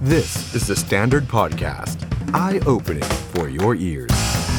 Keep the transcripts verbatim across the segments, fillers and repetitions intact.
This is the Standard Podcast. Eye-opening for your ears.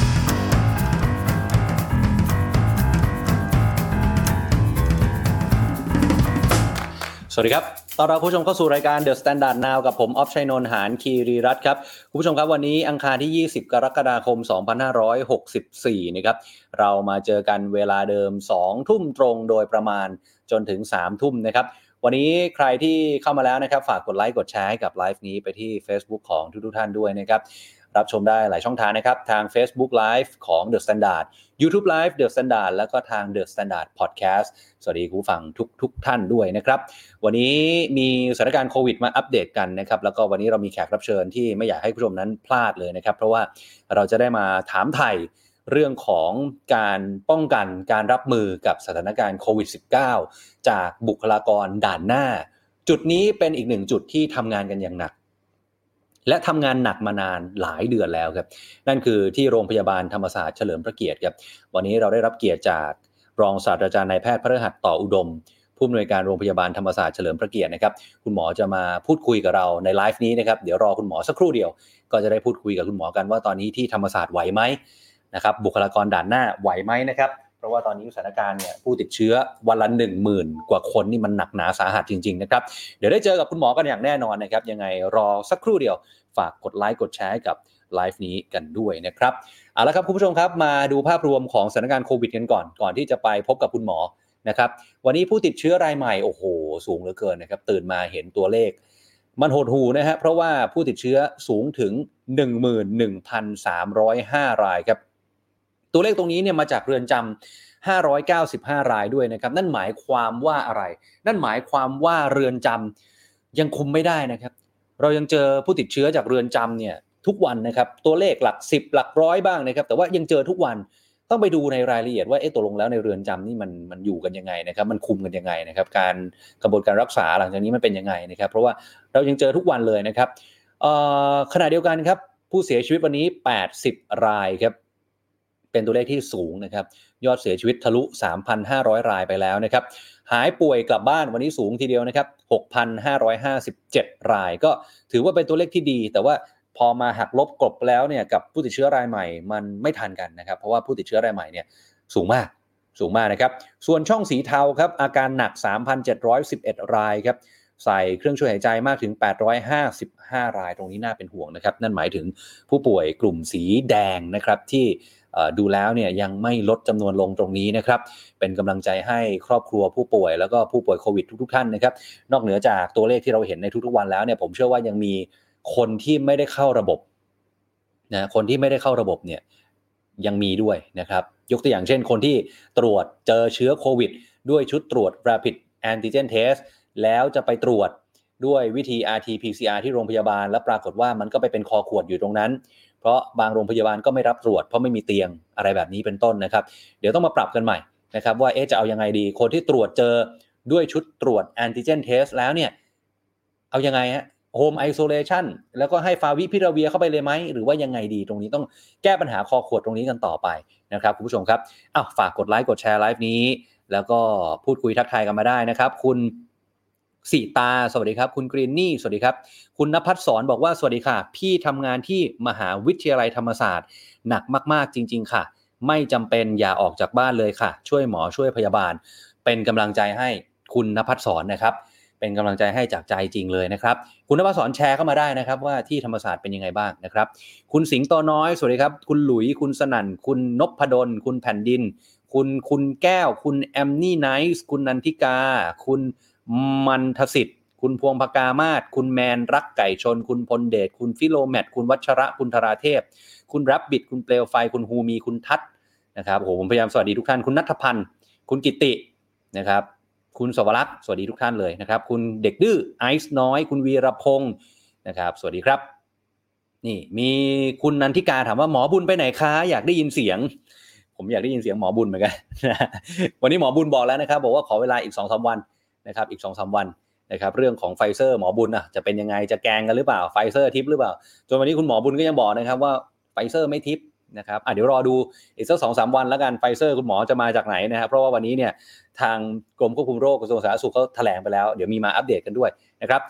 สวัสดีครับต้อนรับผู้ชมเข้าสู่รายการ The Standard Now กับผมออฟชัยนนท์หานคีรีรัตน์ครับคุณผู้ชมครับวันนี้อังคารที่ยี่สิบกรกฎาคมสองพันห้าร้อยหกสิบสี่นะครับเรามาเจอกันเวลาเดิมสองทุ่มตรงโดยประมาณจนถึงสามทุ่มนะครับวันนี้ใครที่เข้ามาแล้วนะครับฝากกดไลค์กดแชร์กับไลฟ์นี้ไปที่ Facebook ของทุกๆท่านด้วยนะครับรับชมได้หลายช่องทางนะครับทาง Facebook Live ของ The Standard YouTube Live The Standard แล้วก็ทาง The Standard Podcast สวัสดีคุณผู้ฟังทุกๆท่านด้วยนะครับวันนี้มีสถานการณ์โควิดมาอัปเดตกันนะครับแล้วก็วันนี้เรามีแขกรับเชิญที่ไม่อยากให้ผู้ชมนั้นพลาดเลยนะครับเพราะว่าเราจะได้มาถามไถ่เรื่องของการป้องกันการรับมือกับสถานการณ์โควิด สิบเก้า จากบุคลากรด่านหน้าจุดนี้เป็นอีกหนึ่งจุดที่ทำงานกันอย่างหนักและทำงานหนักมานานหลายเดือนแล้วครับนั่นคือที่โรงพยาบาลธรรมศาสตร์เฉลิมพระเกียรติครับวันนี้เราได้รับเกียรติจากรองศาสตราจารย์นายแพทย์พฤหัสต่ออุดมผู้อำนวยการโรงพยาบาลธรรมศาสตร์เฉลิมพระเกียรตินะครับคุณหมอจะมาพูดคุยกับเราในไลฟ์นี้นะครับเดี๋ยวรอคุณหมอสักครู่เดียวก็จะได้พูดคุยกับคุณหมอกันว่าตอนนี้ที่ธรรมศาสตร์ไหวไหมนะครับบุคลากรด่านหน้าไหวไหมนะครับเพราะว่าตอนนี้สถานการณ์เนี่ยผู้ติดเชื้อวันละ หนึ่งหมื่น กว่าคนนี่มันหนักหนาสาหัสจริงๆนะครับเดี๋ยวได้เจอกับคุณหมอกันอย่างแน่นอนนะครับยังไงรอสักครู่เดียวฝากกดไลค์กดแชร์กับไลฟ์นี้กันด้วยนะครับเอาละครับคุณผู้ชมครับมาดูภาพรวมของสถานการณ์โควิดกันก่อนก่อนที่จะไปพบกับคุณหมอนะครับวันนี้ผู้ติดเชื้อรายใหม่โอ้โหสูงเหลือเกินนะครับตื่นมาเห็นตัวเลขมันหดหู่นะฮะเพราะว่าผู้ติดเชื้อสูงถึง หนึ่งหมื่นหนึ่งพันสามร้อยห้า รายครับตัวเลขตรงนี้เนี่ยมาจากเรือนจำห้าร้อยเก้าสิบห้ารายด้วยนะครับนั่นหมายความว่าอะไรนั่นหมายความว่าเรือนจำยังคุมไม่ได้นะครับเรายังเจอผู้ติดเชื้อจากเรือนจำเนี่ยทุกวันนะครับตัวเลขหลักสิบหลักร้อยบ้างนะครับแต่ว่ายังเจอทุกวันต้องไปดูในรายละเอียดว่าเอ๊ะตกลงแล้วในเรือนจำนี่มันมันอยู่กันยังไงนะครับมันคุมกันยังไงนะครับการกระบวนการรักษาหลังจากนี้มันเป็นยังไงนะครับเพราะว่าเรายังเจอทุกวันเลยนะครับเอ่อขณะเดียวกันครับผู้เสียชีวิตวันนี้แปดสิบรายครับเป็นตัวเลขที่สูงนะครับยอดเสียชีวิตทะลุ สามพันห้าร้อย รายไปแล้วนะครับหายป่วยกลับบ้านวันนี้สูงทีเดียวนะครับ หกพันห้าร้อยห้าสิบเจ็ด รายก็ถือว่าเป็นตัวเลขที่ดีแต่ว่าพอมาหักลบกลบแล้วเนี่ยกับผู้ติดเชื้อรายใหม่มันไม่ทันกันนะครับเพราะว่าผู้ติดเชื้อรายใหม่เนี่ยสูงมากสูงมากนะครับส่วนช่องสีเทาครับอาการหนัก สามพันเจ็ดร้อยสิบเอ็ด รายครับใส่เครื่องช่วยหายใจมากถึงแปดร้อยห้าสิบห้ารายตรงนี้น่าเป็นห่วงนะครับนั่นหมายถึงผู้ป่วยกลุ่มสีแดงนะครับที่ดูแล้วเนี่ยยังไม่ลดจำนวนลงตรงนี้นะครับเป็นกำลังใจให้ครอบครัวผู้ป่วยแล้วก็ผู้ป่วยโควิดทุกๆท่านนะครับนอกเหนือจากตัวเลขที่เราเห็นในทุกๆวันแล้วเนี่ยผมเชื่อว่ายังมีคนที่ไม่ได้เข้าระบบนะคนที่ไม่ได้เข้าระบบเนี่ยยังมีด้วยนะครับยกตัวอย่างเช่นคนที่ตรวจเจอเชื้อโควิดด้วยชุดตรวจ Rapid Antigen Test แล้วจะไปตรวจด้วยวิธี อาร์ ที พี ซี อาร์ ที่โรงพยาบาลแล้วปรากฏว่ามันก็ไปเป็นคอขวดอยู่ตรงนั้นเพราะบางโรงพยาบาลก็ไม่รับตรวจเพราะไม่มีเตียงอะไรแบบนี้เป็นต้นนะครับเดี๋ยวต้องมาปรับกันใหม่นะครับว่าเอ๊ะจะเอายังไงดีคนที่ตรวจเจอด้วยชุดตรวจ Antigen Test แล้วเนี่ยเอายังไงฮะ Home Isolation แล้วก็ให้ฟาวิพิราเวียเข้าไปเลยไหมหรือว่ายังไงดีตรงนี้ต้องแก้ปัญหาคอขวดตรงนี้กันต่อไปนะครับคุณผู้ชมครับอ้าวฝากกดไลค์กดแชร์ไลฟ์นี้แล้วก็พูดคุยทักทายกันมาได้นะครับคุณสีตาสวัสดีครับคุณกรีนนี่สวัสดีครับคุณณภัสสรบอกว่าสวัสดีค่ะพี่ทำงานที่มหาวิทยาลัยธรรมศาสตร์หนักมากๆจริงๆค่ะไม่จำเป็นอย่าออกจากบ้านเลยค่ะช่วยหมอช่วยพยาบาลเป็นกำลังใจให้คุณณภัสสรนะครับเป็นกำลังใจให้จากใจจริงเลยนะครับคุณณภัสสรแชร์เข้ามาได้นะครับว่าที่ธรรมศาสตร์เป็นยังไงบ้างนะครับคุณสิงห์โตน้อยสวัสดีครับคุณหลุยคุณสนั่นคุณนพดลคุณแผ่นดินคุณคุณแก้วคุณแอมนี่ไนซ์คุณนันทิกาคุณมันทสิทธิ์คุณพวงภกามาศคุณแมนรักไก่ชนคุณพลเดชคุณฟิโลแมทคุณวัชระคุณธราเทพคุณรับบิดคุณเปลวไฟคุณฮูมีคุณทัศน์นะครับโอ้โหผมพยายามสวัสดีทุกท่านคุณณัฐพันธ์คุณกิตินะครับคุณสวรักษ์สวัสดีทุกท่านเลยนะครับคุณเด็กดื้อไอซ์น้อยคุณวีรพงศ์นะครับสวัสดีครับนี่มีคุณนันทิกาถามว่าหมอบุญไปไหนคะอยากได้ยินเสียงผมอยากได้ยินเสียงหมอบุญเหมือนกันวันนี้หมอบุญบอกแล้วนะครับบอกว่าขอเวลาอีก สองถึงสาม วันนะครับอีก สองถึงสาม วันนะครับเรื่องของไฟเซอร์หมอบุญอ่ะจะเป็นยังไงจะแกงกันหรือเปล่าไฟเซอร์ทิปหรือเปล่าจนวันนี้คุณหมอบุญก็ยังบอกนะครับว่าไฟเซอร์ไม่ทิปนะครับอ่ะเดี๋ยวรอดูอีกสัก สองถึงสาม วันแล้วกันไฟเซอร์คุณหมอจะมาจากไหนนะครับเพราะว่าวันนี้เนี่ยทางกรมควบคุมโรคกระทรวงสาธารณสุขเขาแถลงไปแล้วเดี๋ยวมีมาอัปเดตกันด้วยนะครับ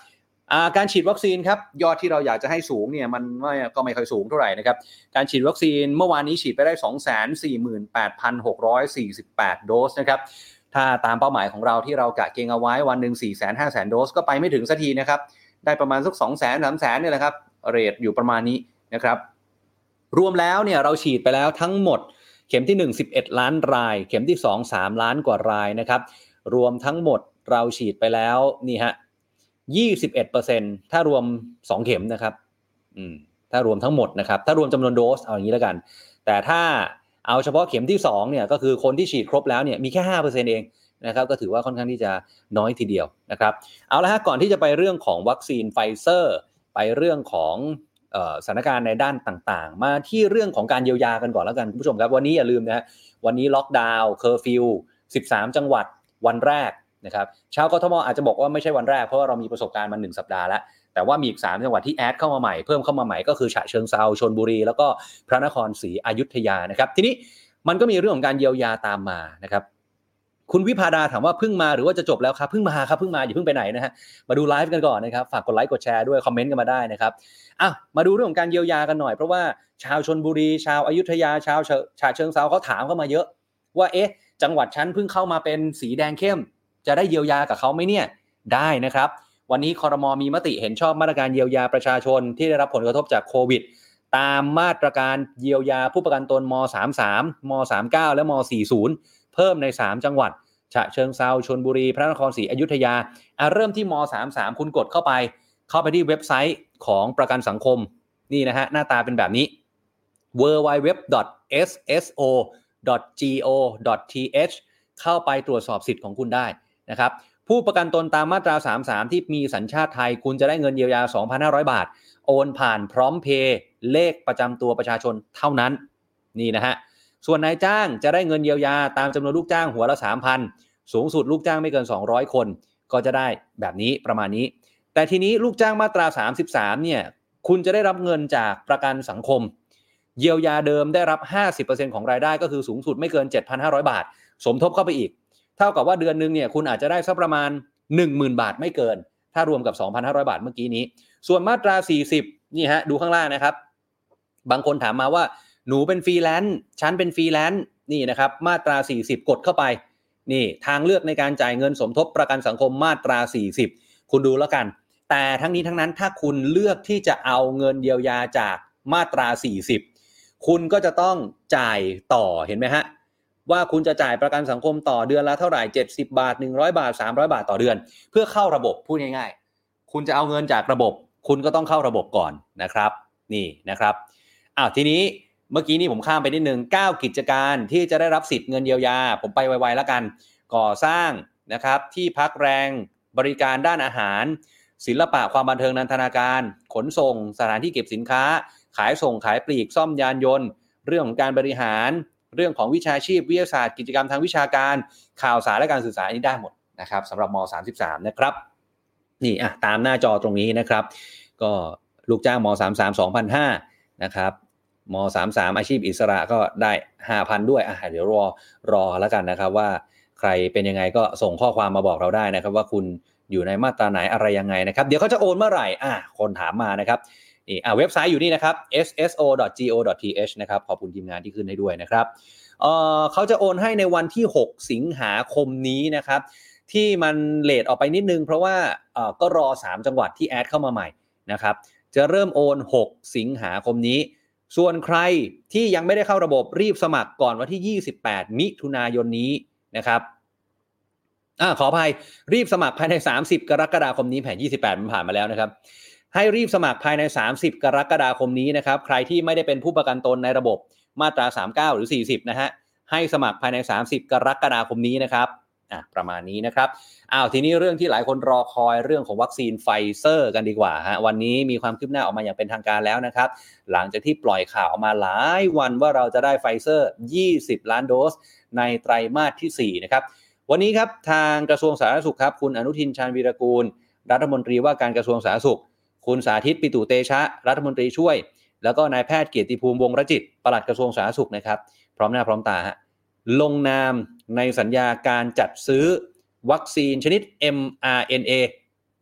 การฉีดวัคซีนครับยอดที่เราอยากจะให้สูงเนี่ยมันก็ไม่ค่อยสูงเท่าไหร่นะครับการฉีดวัคซีนเมื่อวานนี้ฉีดไปได้ สองแสนสี่หมื่นแปดพันหกร้อยสี่สิบแปด โดสนะครับถ้าตามเป้าหมายของเราที่เรากะเกณฑ์เอาไว้วันหนึ่ง สี่แสนห้าแสน โดสก็ไปไม่ถึงสักทีนะครับได้ประมาณสัก สองแสน สามแสน เนี่ยแหละครับเรทอยู่ประมาณนี้นะครับรวมแล้วเนี่ยเราฉีดไปแล้วทั้งหมดเข็มที่หนึ่ง สิบเอ็ดล้านรายเข็มที่สอง สามล้านกว่ารายนะครับรวมทั้งหมดเราฉีดไปแล้วนี่ฮะ ยี่สิบเอ็ดเปอร์เซ็นต์ ถ้ารวมสองเข็มนะครับอืมถ้ารวมทั้งหมดนะครับถ้ารวมจำนวนโดสเอาอย่างนี้แล้วกันแต่ถ้าเอาเฉพาะเข็มที่สองเนี่ยก็คือคนที่ฉีดครบแล้วเนี่ยมีแค่ ห้าเปอร์เซ็นต์ เองนะครับก็ถือว่าค่อนข้างที่จะน้อยทีเดียวนะครับเอาละฮะก่อนที่จะไปเรื่องของวัคซีนไฟเซอร์ไปเรื่องของเอ่อสถานการณ์ในด้านต่างๆมาที่เรื่องของการเยียวยากันก่อนแล้วกันคุณผู้ชมครับวันนี้อย่าลืมนะฮะวันนี้ล็อกดาวน์เคอร์ฟิวสิบสามจังหวัดวันแรกนะครับชาวกทมอาจจะบอกว่าไม่ใช่วันแรกเพราะว่าเรามีประสบการณ์มาหนึ่งสัปดาห์แล้วแต่ว่ามีอีกสามจังหวัดที่แอดเข้ามาใหม่เพิ่มเข้ามาใหม่ก็คือฉะเชิงเทราชลบุรีแล้วก็พระนครศรีอยุธยานะครับทีนี้มันก็มีเรื่องของการเยียวยาตามมานะครับคุณวิภาดาถามว่าเพิ่งมาหรือว่าจะจบแล้วครับเพิ่งมาครับเพิ่งมาอย่าเพิ่งไปไหนนะฮะมาดูไลฟ์กันก่อนนะครับฝากกดไลค์กดแชร์ด้วยคอมเมนต์กันมาได้นะครับอ่ะมาดูเรื่องของการเยียวยากันหน่อยเพราะว่าชาวชลบุรีชาวอยุธยาชาวฉะเชิงเทราเขาถามเข้ามาเยอะว่าเอ๊ะจังหวัดฉันเพิ่งเข้ามาเป็นสีแดงเข้มจะได้เยียวยากับเขาไหมเนี่ยได้นะครับวันนี้ครม.มีมติเห็นชอบมาตรการเยียวยาประชาชนที่ได้รับผลกระทบจากโควิดตามมาตรการเยียวยาผู้ประกันตนม.สามสิบสาม ม.สามสิบเก้า และม.สี่สิบเพิ่มในสามจังหวัดฉะเชิงเทราชลบุรีพระนครศรีอยุธยาอ่ะเริ่มที่ม.สามสิบสาม คุณกดเข้าไปเข้าไปที่เว็บไซต์ของประกันสังคมนี่นะฮะหน้าตาเป็นแบบนี้ ดับเบิลยู ดับเบิลยู ดับเบิลยู ดอท เอส เอส โอ ดอท จี โอ ดอท ที เอช เข้าไปตรวจสอบสิทธิ์ของคุณได้นะครับผู้ประกันตนตามมาตราสามสิบสามที่มีสัญชาติไทยคุณจะได้เงินเยียวยา สองพันห้าร้อย บาทโอนผ่านพร้อมเพย์เลขประจำตัวประชาชนเท่านั้นนี่นะฮะส่วนนายจ้างจะได้เงินเยียวยาตามจำนวนลูกจ้างหัวละ สามพัน สูงสุดลูกจ้างไม่เกินสองร้อยคนก็จะได้แบบนี้ประมาณนี้แต่ทีนี้ลูกจ้างมาตราสามสิบสามเนี่ยคุณจะได้รับเงินจากประกันสังคมเยียวยาเดิมได้รับ ห้าสิบเปอร์เซ็นต์ ของรายได้ก็คือสูงสุดไม่เกิน เจ็ดพันห้าร้อย บาทสมทบเข้าไปอีกเท่ากับว่าเดือนนึงเนี่ยคุณอาจจะได้สักประมาณ หนึ่งหมื่น บาทไม่เกินถ้ารวมกับ สองพันห้าร้อย บาทเมื่อกี้นี้ส่วนมาตราสี่สิบนี่ฮะดูข้างล่างนะครับบางคนถามมาว่าหนูเป็นฟรีแลนซ์ฉันเป็นฟรีแลนซ์นี่นะครับมาตราสี่สิบกดเข้าไปนี่ทางเลือกในการจ่ายเงินสมทบประกันสังคมมาตราสี่สิบคุณดูแล้วกันแต่ทั้งนี้ทั้งนั้นถ้าคุณเลือกที่จะเอาเงินเยียวยาจากมาตราสี่สิบคุณก็จะต้องจ่ายต่อเห็นไหมฮะว่าคุณจะจ่ายประกันสังคมต่อเดือนละเท่าไหร่เจ็ดสิบบาทหนึ่งร้อยบาทสามร้อยบาทต่อเดือนเพื่อเข้าระบบพูดง่ายๆคุณจะเอาเงินจากระบบคุณก็ต้องเข้าระบบก่อนนะครับนี่นะครับอ้าวทีนี้เมื่อกี้นี่ผมข้ามไปนิดนึงเก้ากิจการที่จะได้รับสิทธิ์เงินเยียวยาผมไปไวๆแล้วกันก่อสร้างนะครับที่พักแรงบริการด้านอาหารศิลปะความบันเทิงนันทนาการขนส่งสถานที่เก็บสินค้าขายส่งขายปลีกซ่อมยานยนต์เรื่องของการบริหารเรื่องของวิชาชีพวิทยาศาสตร์กิจกรรมทางวิชาการข่าวสารและการสื่อสารนี้ได้หมดนะครับสำหรับม.สามสิบสามนะครับนี่อ่ะตามหน้าจอตรงนี้นะครับก็ลูกจ้างม.สามสิบสาม สองพันห้าร้อย นะครับม.สามสิบสามอาชีพอิสระก็ได้ ห้าพัน ด้วยอ่ะเดี๋ยวรอรอแล้วกันนะครับว่าใครเป็นยังไงก็ส่งข้อความมาบอกเราได้นะครับว่าคุณอยู่ในมาตราไหนอะไรยังไงนะครับเดี๋ยวเขาจะโอนเมื่อไหร่อ่ะคนถามมานะครับนี่อ่ะเว็บไซต์อยู่นี่นะครับ เอส เอส โอ ดอท จี โอ ดอท ที เอช นะครับขอบคุณทีมงานที่ขึ้นให้ด้วยนะครับเอ่อเขาจะโอนให้ในวันที่หกสิงหาคมนี้นะครับที่มันเลทออกไปนิดนึงเพราะว่าเอ่อก็รอสามจังหวัดที่แอดเข้ามาใหม่นะครับจะเริ่มโอนหกสิงหาคมนี้ส่วนใครที่ยังไม่ได้เข้าระบบรีบสมัครก่อนวันที่ยี่สิบแปดมิถุนายนนี้นะครับอ่าขออภัยรีบสมัครภายในสามสิบกรกฎาคมนี้แผนยี่สิบแปดมันผ่านมาแล้วนะครับให้รีบสมัครภายในสามสิบกรกฎาคมนี้นะครับใครที่ไม่ได้เป็นผู้ประกันตนในระบบมาตราสามสิบเก้าหรือสี่สิบนะฮะให้สมัครภายในสามสิบกรกฎาคมนี้นะครับอ่ะประมาณนี้นะครับอ้าวทีนี้เรื่องที่หลายคนรอคอยเรื่องของวัคซีนไฟเซอร์กันดีกว่าฮะวันนี้มีความคืบหน้าออกมาอย่างเป็นทางการแล้วนะครับหลังจากที่ปล่อยข่าวออกมาหลายวันว่าเราจะได้ไฟเซอร์ยี่สิบล้านโดสในไตรมาสที่สี่นะครับวันนี้ครับทางกระทรวงสาธารณสุขครับคุณอนุทินชาญวีรกูลรัฐมนตรีว่าการกระทรวงสาธารณสุขคุณสาธิตปิตุเตชะรัฐมนตรีช่วยแล้วก็นายแพทย์เกียรติภูมิวงศ์รจิตปลัดกระทรวงสาธารณสุขนะครับพร้อมหน้าพร้อมตาฮะลงนามในสัญญาการจัดซื้อวัคซีนชนิด เอ็ม อาร์ เอ็น เอ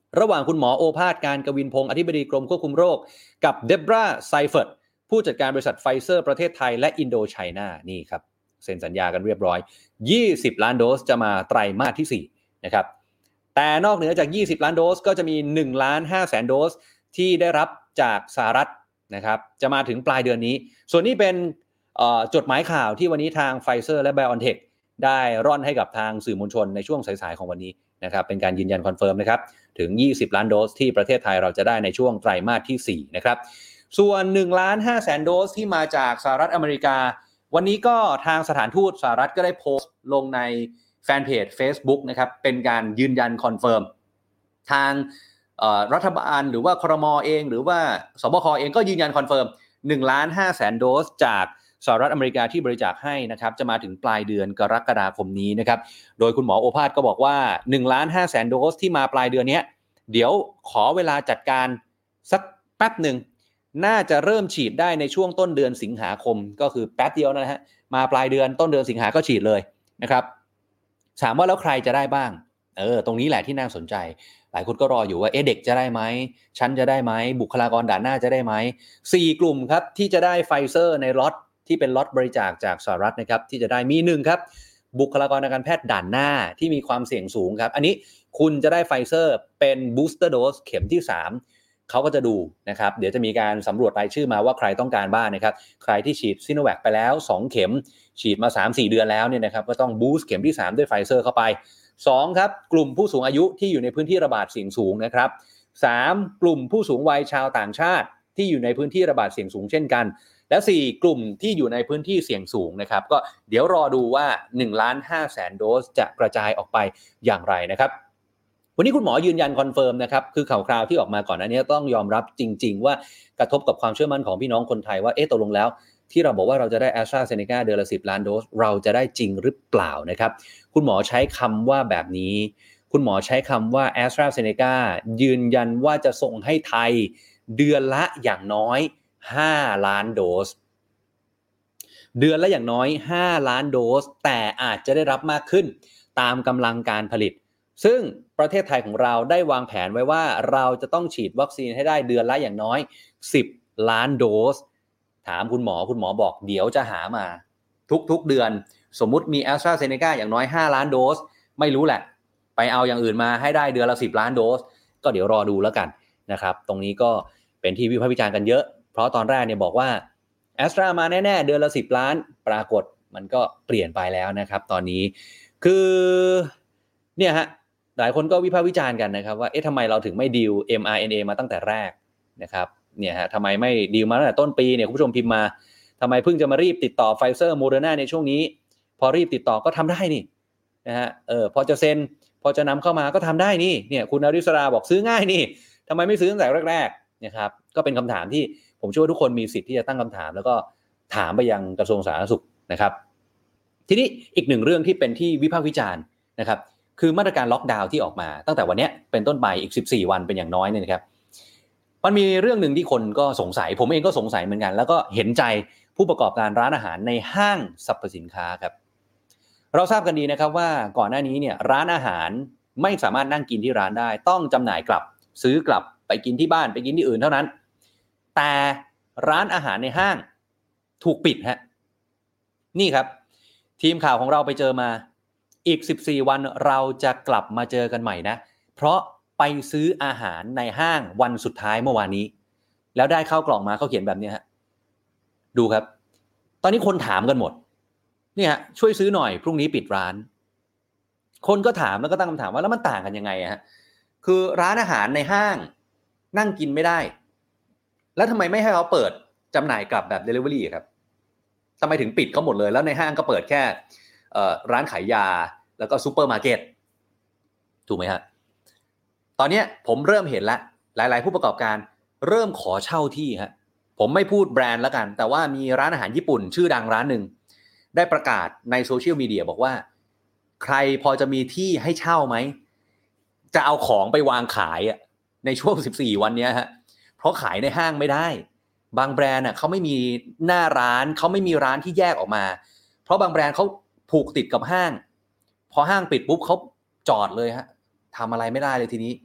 ระหว่างคุณหมอโอภาสการกวินพงศ์อธิบดีกรมควบคุมโรคกับเดบราไซเฟิร์ตผู้จัดการบริษัทไฟเซอร์ประเทศไทยและอินโดไชน่านี่ครับเซ็นสัญญากันเรียบร้อยยี่สิบล้านโดสจะมาไตรมาสที่สี่นะครับแต่นอกเหนือจากยี่สิบล้านโดสก็จะมีหนึ่งล้านห้าแสนโดสที่ได้รับจากสหรัฐนะครับจะมาถึงปลายเดือนนี้ส่วนนี้เป็นจดหมายข่าวที่วันนี้ทางไฟเซอร์และ BioNTech ได้ร่อนให้กับทางสื่อมวลชนในช่วงสายๆของวันนี้นะครับเป็นการยืนยันคอนเฟิร์มนะครับถึงยี่สิบล้านโดสที่ประเทศไทยเราจะได้ในช่วงไตรมาสที่สี่นะครับส่วนหนึ่งล้านห้าแสนโดสที่มาจากสหรัฐอเมริกาวันนี้ก็ทางสถานทูตสหรัฐก็ได้โพสต์ลงในแฟนเพจ Facebook นะครับเป็นการยืนยันคอนเฟิร์มทางรัฐบาลหรือว่าครม.เองหรือว่าสบคเองก็ยืนยันคอนเฟิร์มหนึ่งล้านห้าแสนโดสจากสหรัฐอเมริกาที่บริจาคให้นะครับจะมาถึงปลายเดือนกรกฎาคมนี้นะครับโดยคุณหมอโอภาสก็บอกว่าหนึ่งล้านห้าแสนโดสที่มาปลายเดือนนี้เดี๋ยวขอเวลาจัดการสักแป๊บหนึ่งน่าจะเริ่มฉีดได้ในช่วงต้นเดือนสิงหาคมก็คือแป๊บเดียวนะฮะมาปลายเดือนต้นเดือนสิงหาก็ฉีดเลยนะครับถามว่าแล้วใครจะได้บ้างเออตรงนี้แหละที่น่าสนใจหลายคนก็รออยู่ว่าเอ๊ะเด็กจะได้ไหมฉันจะได้ไหมบุคลากรด่านหน้าจะได้ไหมสี่กลุ่มครับที่จะได้ไฟเซอร์ในล็อตที่เป็นล็อตบริจาคจากสหรัฐนะครับที่จะได้มีหนึ่งครับบุคลากรทางการแพทย์ด่านหน้าที่มีความเสี่ยงสูงครับอันนี้คุณจะได้ไฟเซอร์เป็นบูสเตอร์โดสเข็มที่สามเขาก็จะดูนะครับเดี๋ยวจะมีการสำรวจรายชื่อมาว่าใครต้องการบ้าง นะครับใครที่ฉีดซิโนแวคไปแล้วสองเข็มฉีดมา สามถึงสี่ เดือนแล้วเนี่ยนะครับก็ต้องบูสต์เข็มที่สามด้วยไฟเซอร์เข้าไปสองครับกลุ่มผู้สูงอายุที่อยู่ในพื้นที่ระบาดเสี่ยงสูงนะครับสามกลุ่มผู้สูงวัยชาวต่างชาติที่อยู่ในพื้นที่ระบาดเสี่ยงสูงเช่นกันและสี่กลุ่มที่อยู่ในพื้นที่เสี่ยงสูงนะครับก็เดี๋ยวรอดูว่า หนึ่งล้านห้าแสนโดสจะกระจายออกไปอย่างไรนะครับวันนี้คุณหมอยืนยันคอนเฟิร์มนะครับคือข่าวคราวที่ออกมาก่อนหน้านี้ต้องยอมรับจริงๆว่ากระทบกับความเชื่อมั่นของพี่น้องคนไทยว่าเอ๊ะตกลงแล้วที่เราบอกว่าเราจะได้ AstraZeneca เดือนละสิบล้านโดสเราจะได้จริงหรือเปล่านะครับคุณหมอใช้คำว่าแบบนี้คุณหมอใช้คำว่า AstraZeneca ยืนยันว่าจะส่งให้ไทยเดือนละอย่างน้อยห้าล้านโดสเดือนละอย่างน้อยห้าล้านโดสแต่อาจจะได้รับมากขึ้นตามกำลังการผลิตซึ่งประเทศไทยของเราได้วางแผนไว้ว่าเราจะต้องฉีดวัคซีนให้ได้เดือนละอย่างน้อยสิบล้านโดสถามคุณหมอคุณหมอบอกเดี๋ยวจะหามาทุกๆเดือนสมมุติมี AstraZeneca อย่างน้อยห้าล้านโดสไม่รู้แหละไปเอาอย่างอื่นมาให้ได้เดือนละสิบล้านโดสก็เดี๋ยวรอดูแล้วกันนะครับตรงนี้ก็เป็นที่วิพากษ์วิจารณ์กันเยอะเพราะตอนแรกเนี่ยบอกว่า Astra มาแน่ๆเดือนละสิบล้านปรากฏมันก็เปลี่ยนไปแล้วนะครับตอนนี้คือเนี่ยฮะหลายคนก็วิพากษ์วิจารณ์กันนะครับว่าเอ๊ะทำไมเราถึงไม่ดีล เอ็ม อาร์ เอ็น เอ มาตั้งแต่แรกนะครับเนี่ยฮะทำไมไม่ดีลมาตั้งแต่ต้นปีเนี่ยคุณผู้ชมพิมพ์มาทำไมเพิ่งจะมารีบติดต่อ Pfizer Moderna ในช่วงนี้พอรีบติดต่อก็ทำได้นี่นะฮะเออพอจะเซ็นพอจะนำเข้ามาก็ทำได้นี่เนี่ยคุณอริสราบอกซื้อง่ายนี่ทำไมไม่ซื้อตั้งแต่แรกๆนะครับก็เป็นคำถามที่ผมเชื่อว่าทุกคนมีสิทธิ์ที่จะตั้งคำถามแล้วก็ถามไปยังกระทรวงสาธารณสุขนะครับทีนี้อีกหนึ่งเรื่องที่เป็นที่วิพากษ์วิจารณ์นะครับคือมาตรการล็อกดาวน์ที่ออกมาตั้งแต่วันนี้เป็นต้นไปอีกสิบสี่วันเป็นอย่างน้อยเนี่ยนะครับมันมีเรื่องนึงที่คนก็สงสัยผมเองก็สงสัยเหมือนกันแล้วก็เห็นใจผู้ประกอบการร้านอาหารในห้างสรรพสินค้าครับเราทราบกันดีนะครับว่าก่อนหน้านี้เนี่ยร้านอาหารไม่สามารถนั่งกินที่ร้านได้ต้องจำหน่ายกลับซื้อกลับไปกินที่บ้านไปกินที่อื่นเท่านั้นแต่ร้านอาหารในห้างถูกปิดฮะนี่ครับทีมข่าวของเราไปเจอมาอีกสิบสี่วันเราจะกลับมาเจอกันใหม่นะเพราะไปซื้ออาหารในห้างวันสุดท้ายเมื่อวานนี้แล้วได้ข้าวกล่องมาเขาเขียนแบบนี้ฮะดูครับตอนนี้คนถามกันหมดเนี่ยช่วยซื้อหน่อยพรุ่งนี้ปิดร้านคนก็ถามแล้วก็ตั้งคำถามว่าแล้วมันต่างกันยังไงฮะคือร้านอาหารในห้างนั่งกินไม่ได้แล้วทำไมไม่ให้เขาเปิดจำหน่ายกลับแบบ delivery ครับทำไมถึงปิดเขาหมดเลยแล้วในห้างก็เปิดแค่ร้านขายยาแล้วก็ซูเปอร์มาร์เก็ตถูกไหมฮะตอนนี้ผมเริ่มเห็นแล้วหลายๆผู้ประกอบการเริ่มขอเช่าที่ฮะผมไม่พูดแบรนด์แล้วกันแต่ว่ามีร้านอาหารญี่ปุ่นชื่อดังร้านหนึ่งได้ประกาศในโซเชียลมีเดียบอกว่าใครพอจะมีที่ให้เช่าไหมจะเอาของไปวางขายอ่ะในช่วงสิบสี่วันนี้ฮะเพราะขายในห้างไม่ได้บางแบรนด์อ่ะเขาไม่มีหน้าร้านเขาไม่มีร้านที่แยกออกมาเพราะบางแบรนด์เขาผูกติดกับห้างพอห้างปิดปุ๊บเขาจอดเลยฮะทำอะไรไม่ได้เลยทีนี้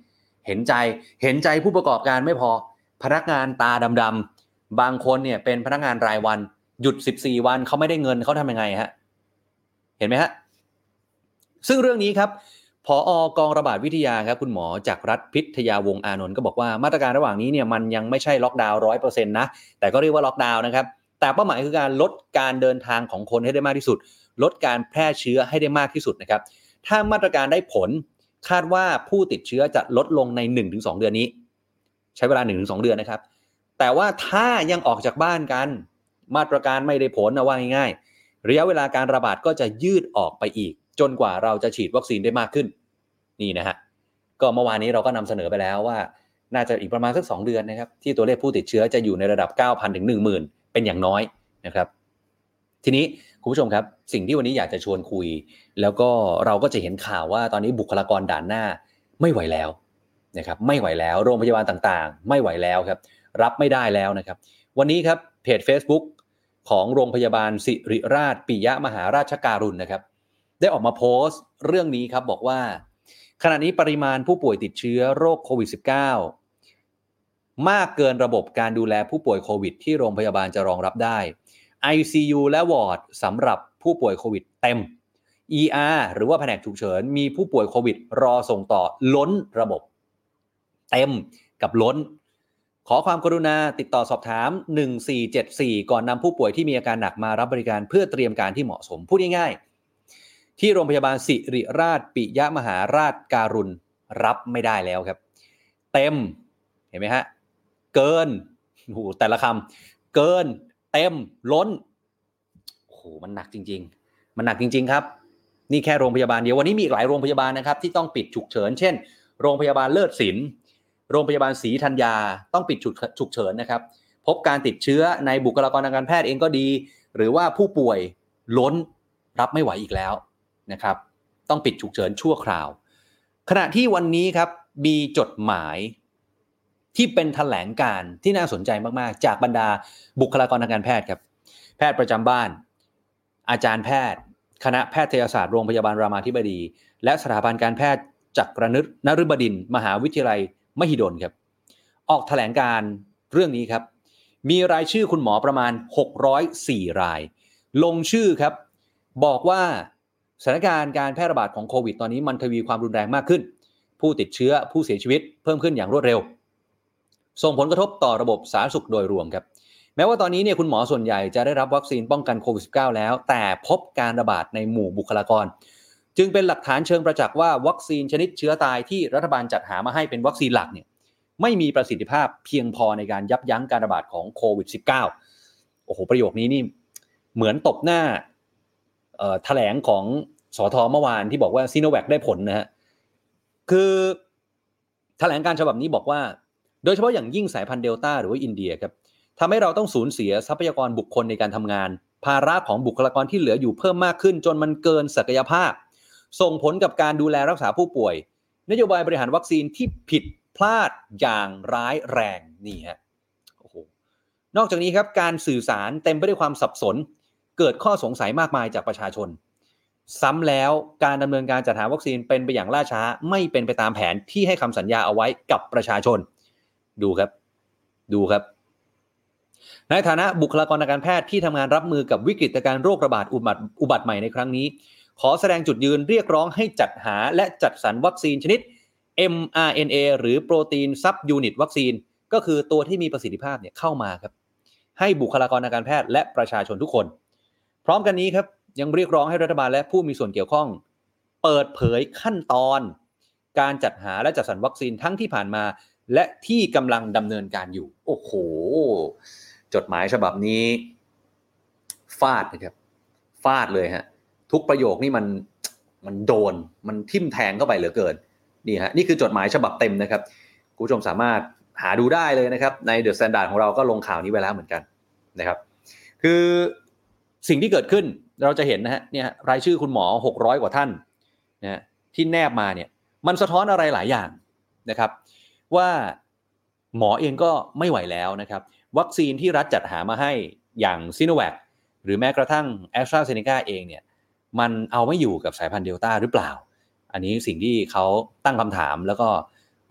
เห็นใจเห็นใจผู้ประกอบการไม่พอพนักงานตาดำๆบางคนเนี่ยเป็นพนักงานรายวันหยุดสิบสี่วันเขาไม่ได้เงินเขาทำยังไงฮะเห็นไหมฮะซึ่งเรื่องนี้ครับผอกองระบาดวิทยาครับคุณหมอจากรัฐพิทยาวงศ์อานนท์ก็บอกว่ามาตรการระหว่างนี้เนี่ยมันยังไม่ใช่ล็อกดาวน์ ร้อยเปอร์เซ็นต์ นะแต่ก็เรียกว่าล็อกดาวน์นะครับแต่เป้าหมายคือการลดการเดินทางของคนให้ได้มากที่สุดลดการแพร่เชื้อให้ได้มากที่สุดนะครับถ้ามาตรการได้ผลคาดว่าผู้ติดเชื้อจะลดลงใน หนึ่งถึงสอง เดือนนี้ใช้เวลา หนึ่งถึงสอง เดือนนะครับแต่ว่าถ้ายังออกจากบ้านกันมาตรการไม่ได้ผลนะว่าง่ายๆระยะเวลาการระบาดก็จะยืดออกไปอีกจนกว่าเราจะฉีดวัคซีนได้มากขึ้นนี่นะฮะก็เมื่อวานนี้เราก็นำเสนอไปแล้วว่าน่าจะอีกประมาณสักสองเดือนนะครับที่ตัวเลขผู้ติดเชื้อจะอยู่ในระดับ เก้าพัน ถึง หนึ่งหมื่น เป็นอย่างน้อยนะครับทีนี้คุณผู้ชมครับสิ่งที่วันนี้อยากจะชวนคุยแล้วก็เราก็จะเห็นข่าวว่าตอนนี้บุคลากรด่านหน้าไม่ไหวแล้วนะครับไม่ไหวแล้วโรงพยาบาลต่างๆไม่ไหวแล้วครับรับไม่ได้แล้วนะครับวันนี้ครับเพจ Facebook ของโรงพยาบาลศิริราชปิยมหาราชการุณนะครับได้ออกมาโพสต์เรื่องนี้ครับบอกว่าขณะนี้ปริมาณผู้ป่วยติดเชื้อโรคโควิด สิบเก้า มากเกินระบบการดูแลผู้ป่วยโควิดที่โรงพยาบาลจะรองรับได้ ไอ ซี ยู และวอร์ดสำหรับผู้ป่วยโควิดเต็ม อี อาร์ หรือว่าแผนกฉุกเฉินมีผู้ป่วยโควิดรอส่งต่อล้นระบบเต็มกับล้นขอความกรุณาติดต่อสอบถามหนึ่งสี่เจ็ดสี่ก่อนนำผู้ป่วยที่มีอาการหนักมารับบริการเพื่อเตรียมการที่เหมาะสมพูดง่ายๆที่โรงพยาบาลศิริราชปิยมหาราชการุณรับไม่ได้แล้วครับเต็มเห็นไหมฮะเกินโอ้โหแต่ละคำเกินเต็มล้นโอ้โหมันหนักจริงๆมันหนักจริงๆครับนี่แค่โรงพยาบาลเดียววันนี้มีอีกหลายโรงพยาบาลนะครับที่ต้องปิดฉุกเฉินเช่นโรงพยาบาลเลิศศิลป์โรงพยาบาลศรีธัญญาต้องปิดฉุกเฉินนะครับพบการติดเชื้อในบุคลากรทางการแพทย์เองก็ดีหรือว่าผู้ป่วยล้นรับไม่ไหวอีกแล้วนะครับต้องปิดฉุกเฉินชั่วคราวขณะที่วันนี้ครับมีจดหมายที่เป็นแถลงการณ์ที่น่าสนใจมากๆจากบรรดาบุคลากรทางการแพทย์ครับแพทย์ประจำบ้านอาจารย์แพทย์คณะแพทยศาสตร์โรงพยาบาลรามาธิบดีและสถาบันการแพทย์จักรนฤบดินทร์มหาวิทยาลัยมหิดลครับออกแถลงการณ์เรื่องนี้ครับมีรายชื่อคุณหมอประมาณหกร้อยสี่รายลงชื่อครับบอกว่าสถานการณ์การแพร่ระบาดของโควิดตอนนี้มันทวีความรุนแรงมากขึ้นผู้ติดเชื้อผู้เสียชีวิตเพิ่มขึ้นอย่างรวดเร็วส่งผลกระทบต่อระบบสาธารณสุขโดยรวมครับแม้ว่าตอนนี้เนี่ยคุณหมอส่วนใหญ่จะได้รับวัคซีนป้องกันโควิด สิบเก้า แล้วแต่พบการระบาดในหมู่บุคลากรจึงเป็นหลักฐานเชิงประจักษ์ว่าวัคซีนชนิดเชื้อตายที่รัฐบาลจัดหามาให้เป็นวัคซีนหลักเนี่ยไม่มีประสิทธิภาพเพียงพอในการยับยั้งการระบาดของโควิด สิบเก้า โอ้โหประโยคนี้นี่เหมือนตบหน้าเอ่อแถลงของสทเมื่อวานที่บอกว่าซิโนแวคได้ผลนะฮะคือแถลงการฉบับนี้บอกว่าโดยเฉพาะอย่างยิ่งสายพันธุ์เดลต้าหรือว่าอินเดียครับทำให้เราต้องสูญเสียทรัพยากรบุคคลในการทำงานภาระของบุคลากรที่เหลืออยู่เพิ่มมากขึ้นจนมันเกินศักยภาพส่งผลกับการดูแลรักษาผู้ป่วยนโยบายบริหารวัคซีนที่ผิดพลาดอย่างร้ายแรงนี่ฮะโอ้โหนอกจากนี้ครับการสื่อสารเต็มไปด้วยความสับสนเกิดข้อสงสัยมากมายจากประชาชนซ้ำแล้วการดำเนินการจัดหาวัคซีนเป็นไปอย่างล่าช้าไม่เป็นไปตามแผนที่ให้คำสัญญาเอาไว้กับประชาชนดูครับดูครับในฐานะบุคลากรทางการแพทย์ที่ทำงานรับมือกับวิกฤตการณ์โรคระบาดอุบัติอุบัติใหม่ในครั้งนี้ขอแสดงจุดยืนเรียกร้องให้จัดหาและจัดสรรวัคซีนชนิด เอ็ม อาร์ เอ็น เอ หรือโปรตีนซับยูนิตวัคซีนก็คือตัวที่มีประสิทธิภาพเนี่ยเข้ามาครับให้บุคลากรทางการแพทย์และประชาชนทุกคนพร้อมกันนี้ครับยังเรียกร้องให้รัฐบาลและผู้มีส่วนเกี่ยวข้องเปิดเผยขั้นตอนการจัดหาและจัดสรรวัคซีนทั้งที่ผ่านมาและที่กำลังดำเนินการอยู่โอ้โหจดหมายฉบับนี้ฟาดนะครับฟาดเลยฮะทุกประโยคนี่มันมันโดนมันทิ่มแทงเข้าไปเหลือเกินนี่ฮะนี่คือจดหมายฉบับเต็มนะครับคุณผู้ชมสามารถหาดูได้เลยนะครับใน The Standard ของเราก็ลงข่าวนี้ไว้แล้วเหมือนกันนะครับคือสิ่งที่เกิดขึ้นเราจะเห็นนะฮะเนี่ยรายชื่อคุณหมอหกร้อยกว่าท่านนะที่แนบมาเนี่ยมันสะท้อนอะไรหลายอย่างนะครับว่าหมอเองก็ไม่ไหวแล้วนะครับวัคซีนที่รัฐจัดหามาให้อย่างซิโนแวคหรือแม้กระทั่ง AstraZeneca เองเนี่ยมันเอาไม่อยู่กับสายพันธุ์เดลต้าหรือเปล่าอันนี้สิ่งที่เขาตั้งคำถามแล้วก็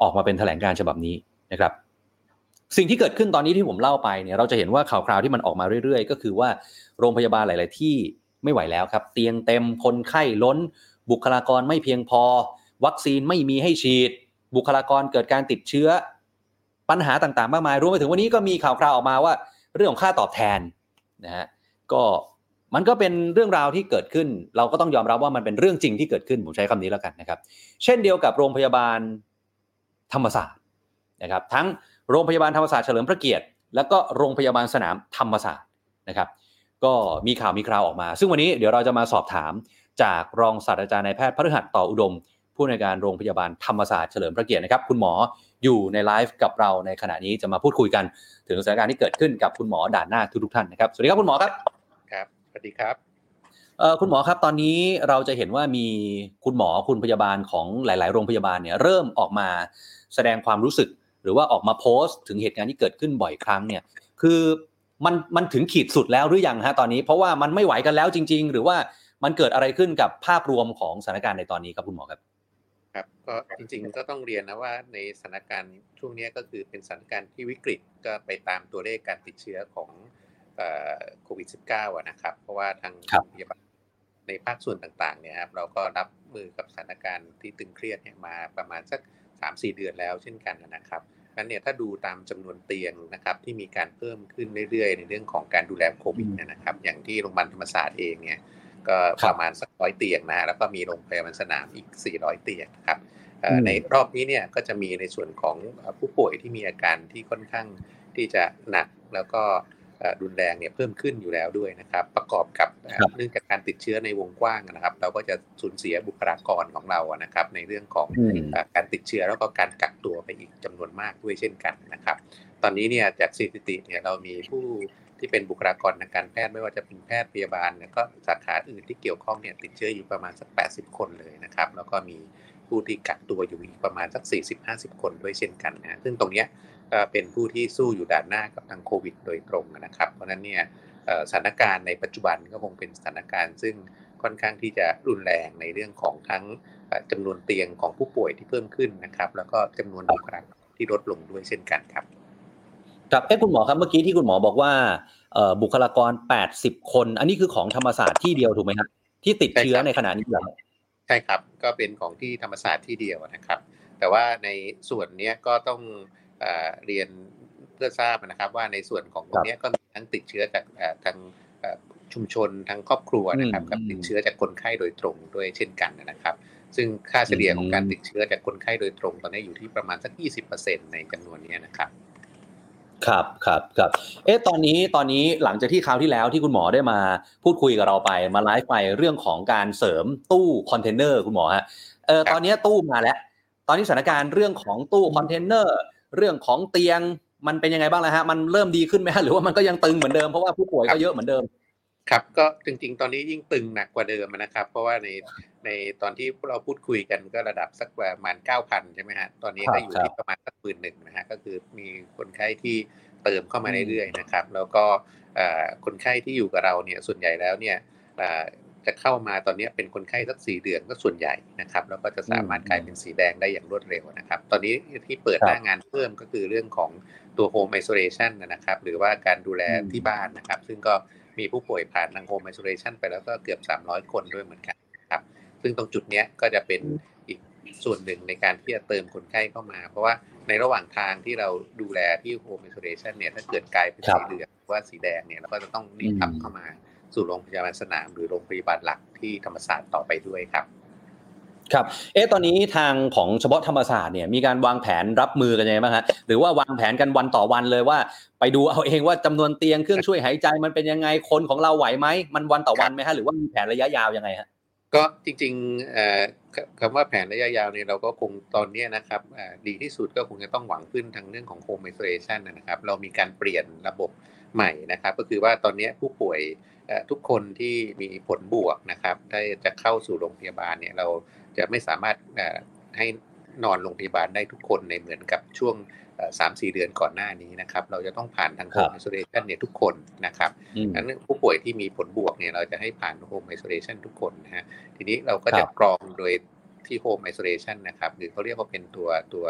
ออกมาเป็นแถลงการณ์ฉบับนี้นะครับสิ่งที่เกิดขึ้นตอนนี้ที่ผมเล่าไปเนี่ยเราจะเห็นว่าข่าวคราวที่มันออกมาเรื่อยๆก็คือว่าโรงพยาบาลหลายๆที่ไม่ไหวแล้วครับเตียงเต็มคนไข้ล้นบุคลากรไม่เพียงพอวัคซีนไม่มีให้ฉีดบุคลากรเกิดการติดเชื้อปัญหาต่างๆมากมายรวมไปถึงวันนี้ก็มีข่าวคราวออกมาว่าเรื่องของค่าตอบแทนนะฮะก็มันก็เป็นเรื่องราวที่เกิดขึ้นเราก็ต้องยอมรับว่ามันเป็นเรื่องจริงที่เกิดขึ้นผมใช้คำนี้แล้วกันนะครับเช่นเดียวกับโรงพยาบาลธรรมศาสตร์นะครับทั้งโรงพยาบาลธรรมศาสตร์เฉลิมพระเกียรติแล้วก็โรงพยาบาลสนามธรรมศาสตร์นะครับก็มีข่าวมีคราวออกมาซึ่งวันนี้เดี๋ยวเราจะมาสอบถามจากรองศาสตราจารย์นายแพทย์พฤหัสต่ออุดมผู้อำนวยการโรงพยาบาลธรรมศาสตร์เฉลิมพระเกียรตินะครับคุณหมออยู่ในไลฟ์กับเราในขณะนี้จะมาพูดคุยกันถึงสถานการณ์ที่เกิดขึ้นกับคุณหมอด่านหน้าทุกๆท่านนะครับสวัสดีครับคุณหมอครับครับสวัสดีครับเอ่อคุณหมอครับตอนนี้เราจะเห็นว่ามีคุณหมอคุณพยาบาลของหลายๆโรงพยาบาลเนี่ยเริ่มออกมาแสดงความรู้สึกหรือว่าออกมาโพสต์ถึงเหตุการณ์ที่เกิดขึ้นบ่อยครั้งเนี่ยคือมันมันถึงขีดสุดแล้วหรือยังฮะตอนนี้เพราะว่ามันไม่ไหวกันแล้วจริงๆหรือว่ามันเกิดอะไรขึ้นกับภาพรวมของสถานการณ์ในตอนนี้ครับคุณหมอครับครับก็จริงๆก็ต้องเรียนนะว่าในสถานการณ์ช่วงนี้ก็คือเป็นสถานการณ์ที่วิกฤตก็ไปตามตัวเลขการติดเชื้อของเอ่อโควิด สิบเก้า อ่ะนะครับเพราะว่าทางโรงพยาบาลในภาคส่วนต่างๆเนี่ยครับเราก็รับมือกับสถานการณ์ที่ตึงเครียดเนี่ยมาประมาณสัก สามถึงสี่ เดือนแล้วเช่นกันนะครับงั้นเนี่ยถ้าดูตามจำนวนเตียงนะครับที่มีการเพิ่มขึ้นเรื่อยๆในเรื่องของการดูแลโควิดเนี่ยนะครับอย่างที่โรงพยาบาลธรรมศาสตร์เองเนี่ยก็ประมาณสักร้อยเตียงนะฮะแล้วก็มีโรงพยาบาลสนามอีกสี่ร้อยเตียงนะครับในรอบนี้เนี่ยก็จะมีในส่วนของผู้ป่วยที่มีอาการที่ค่อนข้างที่จะหนักแล้วก็รุนแรงเนี่ยเพิ่มขึ้นอยู่แล้วด้วยนะครับประกอบกับเนื่องจากการติดเชื้อในวงกว้างนะครับเราก็จะสูญเสียบุคลากรของเรานะครับในเรื่องของการติดเชื้อแล้วก็การกักตัวไปอีกจำนวนมากด้วยเช่นกันนะครับตอนนี้เนี่ยจากสถิติเนี่ยเรามีผู้ที่เป็นบุคลากรทางการแพทย์ไม่ว่าจะเป็นแพทย์พยาบาลแล้วก็สาขาอื่นที่เกี่ยวข้องเนี่ยติดเชื้ออยู่ประมาณสักแปดสิบคนเลยนะครับแล้วก็มีผู้ที่กักตัวอยู่อีกประมาณสัก สี่สิบถึงห้าสิบ คนด้วยเช่นกันนะซึ่งตรงเนี้ยก็เป็นผู้ที่สู้อยู่ด่านหน้ากับทางโควิดโดยตรงนะครับเพราะฉะนั้นเนี่ยสถานการณ์ในปัจจุบันก็คงเป็นสถานการณ์ซึ่งค่อนข้างที่จะรุนแรงในเรื่องของทั้งจำนวนเตียงของผู้ป่วยที่เพิ่มขึ้นนะครับแล้วก็จำนวนบุคลากรที่ลดลงด้วยเช่นกันครับครับเอ้คุณหมอครับเมื่อกี้ที่คุณหมอบอกว่าบุคลากรแปดสิบคนอันนี้คือของธรรมศาสตร์ที่เดียวถูกไหมครับที่ติดเชื้อในขณะนี้เหรอใช่ครับก็เป็นของที่ธรรมศาสตร์ที่เดียวนะครับแต่ว่าในส่วนนี้ก็ต้องเอ่อเรียนเพื่อทราบนะครับว่าในส่วนของตรงนี้ก็มีทั้งติดเชื้อจากทางชุมชนทางครอบครัวนะครับกับติดเชื้อจากคนไข้โดยตรงด้วยเช่นกันนะครับซึ่งค่าเฉลี่ยของการติดเชื้อจากคนไข้โดยตรงตอนนี้อยู่ที่ประมาณสัก ยี่สิบเปอร์เซ็นต์ ในจำนวนนี้นะครับครับครับครับเอ๊ะตอนนี้ตอนนี้หลังจากที่คราวที่แล้วที่คุณหมอได้มาพูดคุยกับเราไปมาไลฟ์ไปเรื่องของการเสริมตู้คอนเทนเนอร์คุณหมอฮะเออตอนนี้ตู้มาแล้วตอนนี้สถานการณ์เรื่องของตู้คอนเทนเนอร์เรื่องของเตียงมันเป็นยังไงบ้างแล้วฮะมันเริ่มดีขึ้นไหมฮะหรือว่ามันก็ยังตึงเหมือนเดิมเพราะว่าผู้ป่วยก็เยอะเหมือนเดิมครับก็จริงๆตอนนี้ยิ่งตึงหนักกว่าเดิมนะครับเพราะว่าในในตอนที่เราพูดคุยกันก็ระดับสักประมาณ เก้าพัน ใช่ไหมฮะตอนนี้ก็อยู่ที่ประมาณสัก หนึ่งหมื่น นะฮะก็คือมีคนไข้ที่เติมเข้ามาเรื่อยๆนะครับแล้วก็คนไข้ที่อยู่กับเราเนี่ยส่วนใหญ่แล้วเนี่ยจะเข้ามาตอนนี้เป็นคนไข้สักสี่เดือนก็ส่วนใหญ่นะครับแล้วก็จะสามารถกลายเป็นสีแดงได้อย่างรวดเร็วนะครับตอนนี้ที่เปิดหน้างานเพิ่มก็คือเรื่องของตัว Home Isolation นะครับหรือว่าการดูแลที่บ้านนะครับซึ่งก็มีผู้ป่วยผ่านทาง Home Isolation ไปแล้วก็เกือบสามร้อยคนด้วยเหมือนกันครับซึ่งตรงจุดนี้ก็จะเป็นอีกส่วนหนึ่งในการที่จะเติมคนไข้เข้ามาเพราะว่าในระหว่างทางที่เราดูแลที่ Home Isolation เนี่ยถ้าเกิดกลายเป็นสีเหลืองหรือว่าสีแดงเนี่ยเราก็จะต้องรีบทำเข้ามาสู่โรงพยาบาลสนามหรือโรงพยาบาลหลักที่ธรรมศาสตร์ต่อไปด้วยครับครับเอ๊ะตอนนี้ทางของเฉพาะธรรมศาสตร์เนี่ยมีการวางแผนรับมือกันยังไงบ้างฮะหรือว่าวางแผนกันวันต่อวันเลยว่าไปดูเอาเองว่าจำนวนเตียงเครื่องช่วยหายใจมันเป็นยังไงคนของเราไหวไหมมันวันต่อวันไหมฮะหรือว่ามีแผนระยะยาวยังไงฮะก็จริงๆคำว่าแผนระยะยาวเนี่ยเราก็คงตอนนี้นะครับดีที่สุดก็คงจะต้องหวังขึ้นทางเรื่องของ Home Isolation นะครับเรามีการเปลี่ยนระบบใหม่นะครับก็คือว่าตอนนี้ผู้ป่วยทุกคนที่มีผลบวกนะครับถ้าจะเข้าสู่โรงพยาบาลเนี่ยเราจะไม่สามารถให้นอนโรงพยาบาลได้ทุกคนในเหมือนกับช่วง สามถึงสี่ เดือนก่อนหน้านี้นะครับเราจะต้องผ่านทาง Home Isolation เนี่ยทุกคนนะครับงั้นผู้ป่วยที่มีผลบวกเนี่ยเราจะให้ผ่าน Home Isolation ทุกคนนะฮะทีนี้เราก็จะกรองโดยที่ Home Isolation นะครับหรือเขาเรียกว่าเป็นตัวตัว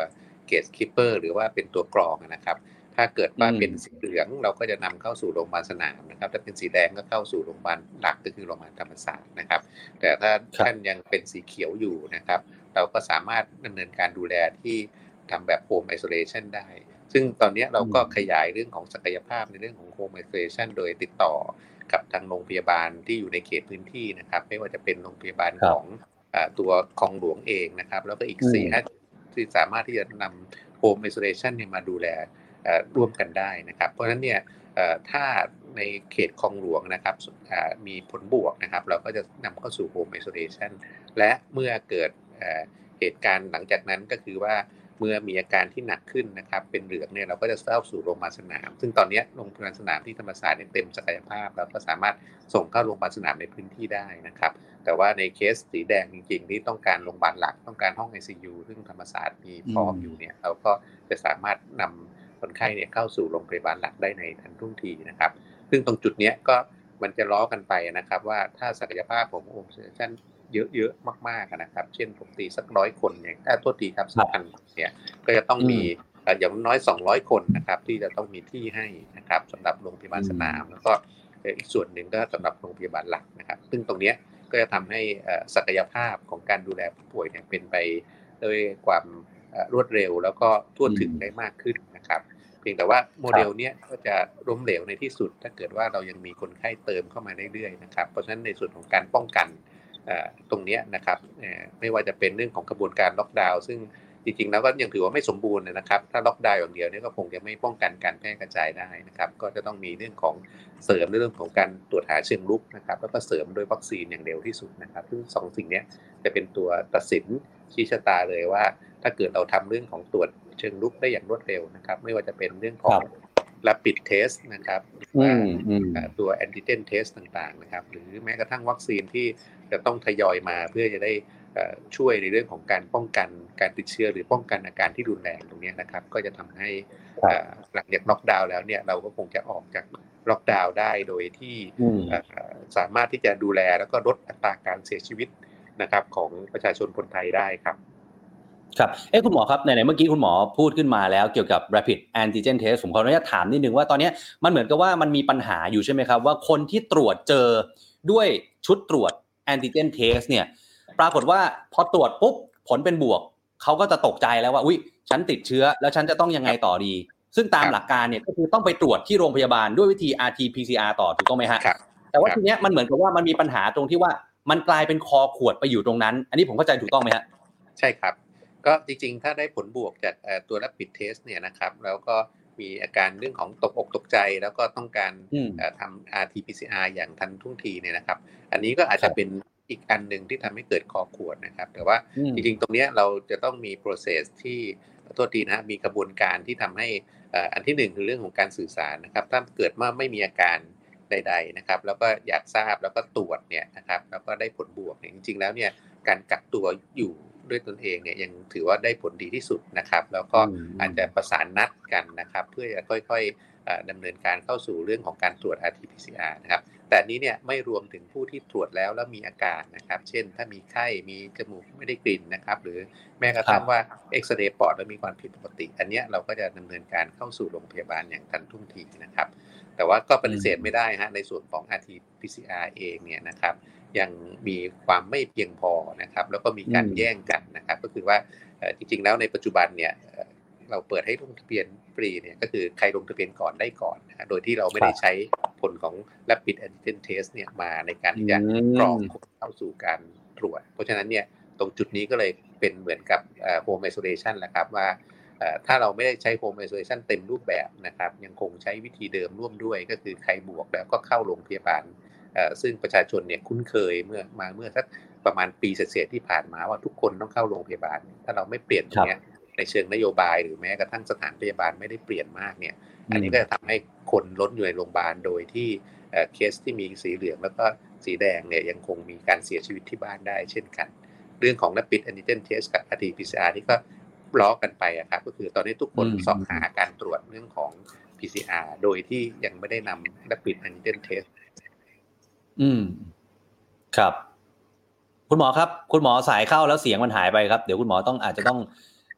gatekeeper หรือว่าเป็นตัวกรองนะครับถ้าเกิดว่าเป็นสีเหลืองเราก็จะนำเข้าสู่โรงพยาบาลสนามนะครับถ้าเป็นสีแดงก็เข้าสู่โรงพยาบาลหลักก็คือโรงพยาบาลธรรมศาสตร์นะครับแต่ถ้าท่านยังเป็นสีเขียวอยู่นะครับเราก็สามารถดำเนินการดูแลที่ทำแบบ home isolation ได้ซึ่งตอนนี้เราก็ขยายเรื่องของศักยภาพในเรื่องของ home isolation โดยติดต่อกับทางโรงพยาบาลที่อยู่ในเขตพื้นที่นะครับไม่ว่าจะเป็นโรงพยาบาลของตัวคลองหลวงเองนะครับแล้วก็อีก สี่ห้า ที่สามารถที่จะนำ home isolation เนี่ยมาดูแลร่วมกันได้นะครับเพราะฉะนั้นเนี่ยถ้าในเขตคลองหลวงนะครับมีผลบวกนะครับเราก็จะนำเข้าสู่ home isolation และเมื่อเกิดเหตุการณ์หลังจากนั้นก็คือว่าเมื่อมีอาการที่หนักขึ้นนะครับเป็นเหลืองเนี่ยเราก็จะเข้าสู่โรงพยาบาลสนามซึ่งตอนนี้โรงพยาบาลสนามที่ธรรมศาสตร์เต็มศักยภาพเราก็สามารถส่งเข้าโรงพยาบาลสนามในพื้นที่ได้นะครับแต่ว่าในเคสสีแดงจริงๆที่ต้องการโรงพยาบาลหลักต้องการห้อง ไอ ซี ยู ซึ่งธรรมศาสตร์มีพร้อมอยู่เนี่ยเราก็จะสามารถนำคนไข้เนี่ยเข้าสู่โรงพยาบาลหลักได้ในทันท่วงทีนะครับซึ่งตรงจุดนี้ก็มันจะล้อกันไปนะครับว่าถ้าศักยภาพของโรงพยาบาลเยอะๆมากๆนะครับเช่นผมตีสักร้อยคนเนี่ยถ้าโทษทีครับสักพันเนี่ยก็จะต้องมีอย่างน้อยสองร้อยคนนะครับที่จะต้องมีที่ให้นะครับสำหรับโรงพยาบาลสนามแล้วก็อีกส่วนหนึ่งก็สำหรับโรงพยาบาลหลักนะครับซึ่งตรงนี้ก็จะทำให้ศักยภาพของการดูแลผู้ป่วยเนี่ยเป็นไปด้วยความรวดเร็วแล้วก็ทั่วถึงได้มากขึ้นนะครับเพียงแต่ว่าโมเดลเนี้ยก็จะล้มเหลวในที่สุดถ้าเกิดว่าเรายังมีคนไข้เติมเข้ามาเรื่อยๆนะครับเพราะฉะนั้นในส่วนของการป้องกันตรงนี้นะครับไม่ว่าจะเป็นเรื่องของกระบวนการล็อกดาวน์ซึ่งจริงๆแล้วก็ยังถือว่าไม่สมบูรณ์นะครับถ้าล็อกดาวน์อย่างเดียวเนี่ยก็คงจะไม่ป้องกันการแพร่กระจายได้นะครับก็จะต้องมีเรื่องของเสริมเรื่องของการตรวจหาเชิงรุกนะครับแล้วก็เสริมโดยวัคซีนอย่างเร็วที่สุดนะครับซึ่งสองสิ่งนี้จะเป็นตัวตัดสินชี้ชะตาเลยว่าถ้าเกิดเราทำเรื่องของตรวจเชิงรุกได้อย่างรวดเร็วนะครับไม่ว่าจะเป็นเรื่องของ rapid test นะครับตัว antigen test ต่างๆนะครับหรือแม้กระทั่งวัคซีนที่จะต้องทยอยมาเพื่อจะได้ช่วยในเรื่องของการป้องกันการติดเชื้อหรือป้องกันอาการที่รุนแรงตรงนี้นะครับก็จะทำให้หลังจากล็อกดาวน์แล้วเนี่ยเราก็คงจะออกจากล็อกดาวน์ได้โดยที่สามารถที่จะดูแลแล้วก็ลดอัตราการเสียชีวิตนะครับของประชาชนคนไทยได้ครับครับเอ้คุณหมอครับไหนๆเมื่อกี้คุณหมอพูดขึ้นมาแล้วเกี่ยวกับ rapid antigen test ผมขออนุญาตถามนิดนึงว่าตอนนี้มันเหมือนกับว่ามันมีปัญหาอยู่ใช่ไหมครับว่าคนที่ตรวจเจอด้วยชุดตรวจ antigen test เนี่ยปรากฏว่าพอตรวจปุ๊บผลเป็นบวกเขาก็จะตกใจแล้วว่าอุ๊ยฉันติดเชื้อแล้วฉันจะต้องยังไงต่อดีซึ่งตามหลักการเนี่ยก็คือต้องไปตรวจที่โรงพยาบาลด้วยวิธี อาร์ ที พี ซี อาร์ ต่อถูกต้องไหมฮะแต่ว่าทีเนี้ยมันเหมือนกับว่ามันมีปัญหาตรงที่ว่ามันกลายเป็นคอขวดไปอยู่ตรงนั้นอันนี้ผมเข้าใจถูกต้องไหมฮะใช่ครับก็จริงๆถ้าได้ผลบวกจากตัว rapid test เนี่ยนะครับแล้วก็มีอาการเรื่องของตกอกตกใจแล้วก็ต้องการทำ อาร์ ที พี ซี อาร์ อย่างทันท่วงทีเนี่ยนะครับอันนี้ก็อาจจะเป็นอีกอันหนึ่งที่ทำให้เกิดคอขวดนะครับแต่ว่าจริงๆตรงนี้เราจะต้องมี process ที่โทษทีนะมีกระบวนการที่ทำให้อันที่หนึ่งคือเรื่องของการสื่อสารนะครับถ้าเกิดว่าไม่มีอาการใดๆนะครับแล้วก็อยากทราบแล้วก็ตรวจเนี่ยนะครับแล้วก็ได้ผลบวกเนี่ยจริงๆแล้วเนี่ยการกักตัวอยู่ด้วยตนเองเนี่ยยังถือว่าได้ผลดีที่สุดนะครับแล้วก็อาจจะประสานนัดกันนะครับเพื่อจะค่อยๆดำเนินการเข้าสู่เรื่องของการตรวจ อาร์ ที พี ซี อาร์ นะครับแต่นี้เนี่ยไม่รวมถึงผู้ที่ตรวจแล้วแล้วมีอาการนะครับเช่นถ้ามีไข้มีจมูกไม่ได้กลิ่นนะครับหรือแม้กระทั่งว่าเอ็กซเรย์ปอดแล้วมีความผิดปกติอันนี้เราก็จะดำเนินการเข้าสู่โรงพยาบาลอย่างทันท่วงทีนะครับแต่ว่าก็ปฏิเสธไม่ได้ฮะในส่วนของ อาร์ ที พี ซี อาร์ เองเนี่ยนะครับยังมีความไม่เพียงพอนะครับแล้วก็มีการแย่งกันนะครับก็คือว่าจริงๆแล้วในปัจจุบันเนี่ยเราเปิดให้ลงทะเบียนฟรีเนี่ยก็คือใครลงทะเบียนก่อนได้ก่อนนะโดยที่เราไม่ได้ใช้ผลของ rapid antigen test เนี่ยมาในการที่จะกรองเข้าสู่การตรวจเพราะฉะนั้นเนี่ยตรงจุดนี้ก็เลยเป็นเหมือนกับ home isolation แหละครับว่าถ้าเราไม่ได้ใช้ home isolation เต็มรูปแบบนะครับยังคงใช้วิธีเดิมร่วมด้วยก็คือใครบวกแล้วก็เข้าโรงพยาบาลซึ่งประชาชนเนี่ยคุ้นเคยเมื่อมาเมื่อสักประมาณปีเศษๆที่ผ่านมาว่าทุกคนต้องเข้าโรงพยาบาลถ้าเราไม่เปลี่ยนตรงนี้ในเชิงนโยบายหรือแม้กระทั่งสถานพยาบาลไม่ได้เปลี่ยนมากเนี่ยอันนี้ก็จะทำให้คนล้นอยู่ในโรงพยาบาลโดยที่เคสที่มีสีเหลืองแล้วก็สีแดงเนี่ยยังคงมีการเสียชีวิตที่บ้านได้เช่นกันเรื่องของ rapid antigen test กับ อาร์ ที พี ซี อาร์ นี่ก็ล้อกันไปอะครับก็คือตอนนี้ทุกคนสอบหาการตรวจเรื่องของ พี ซี อาร์ โดยที่ยังไม่ได้นำ rapid antigen test อืมครับคุณหมอครับคุณหมอสายเข้าแล้วเสียงมันหายไปครับเดี๋ยวคุณหมอต้องอาจจะต้อง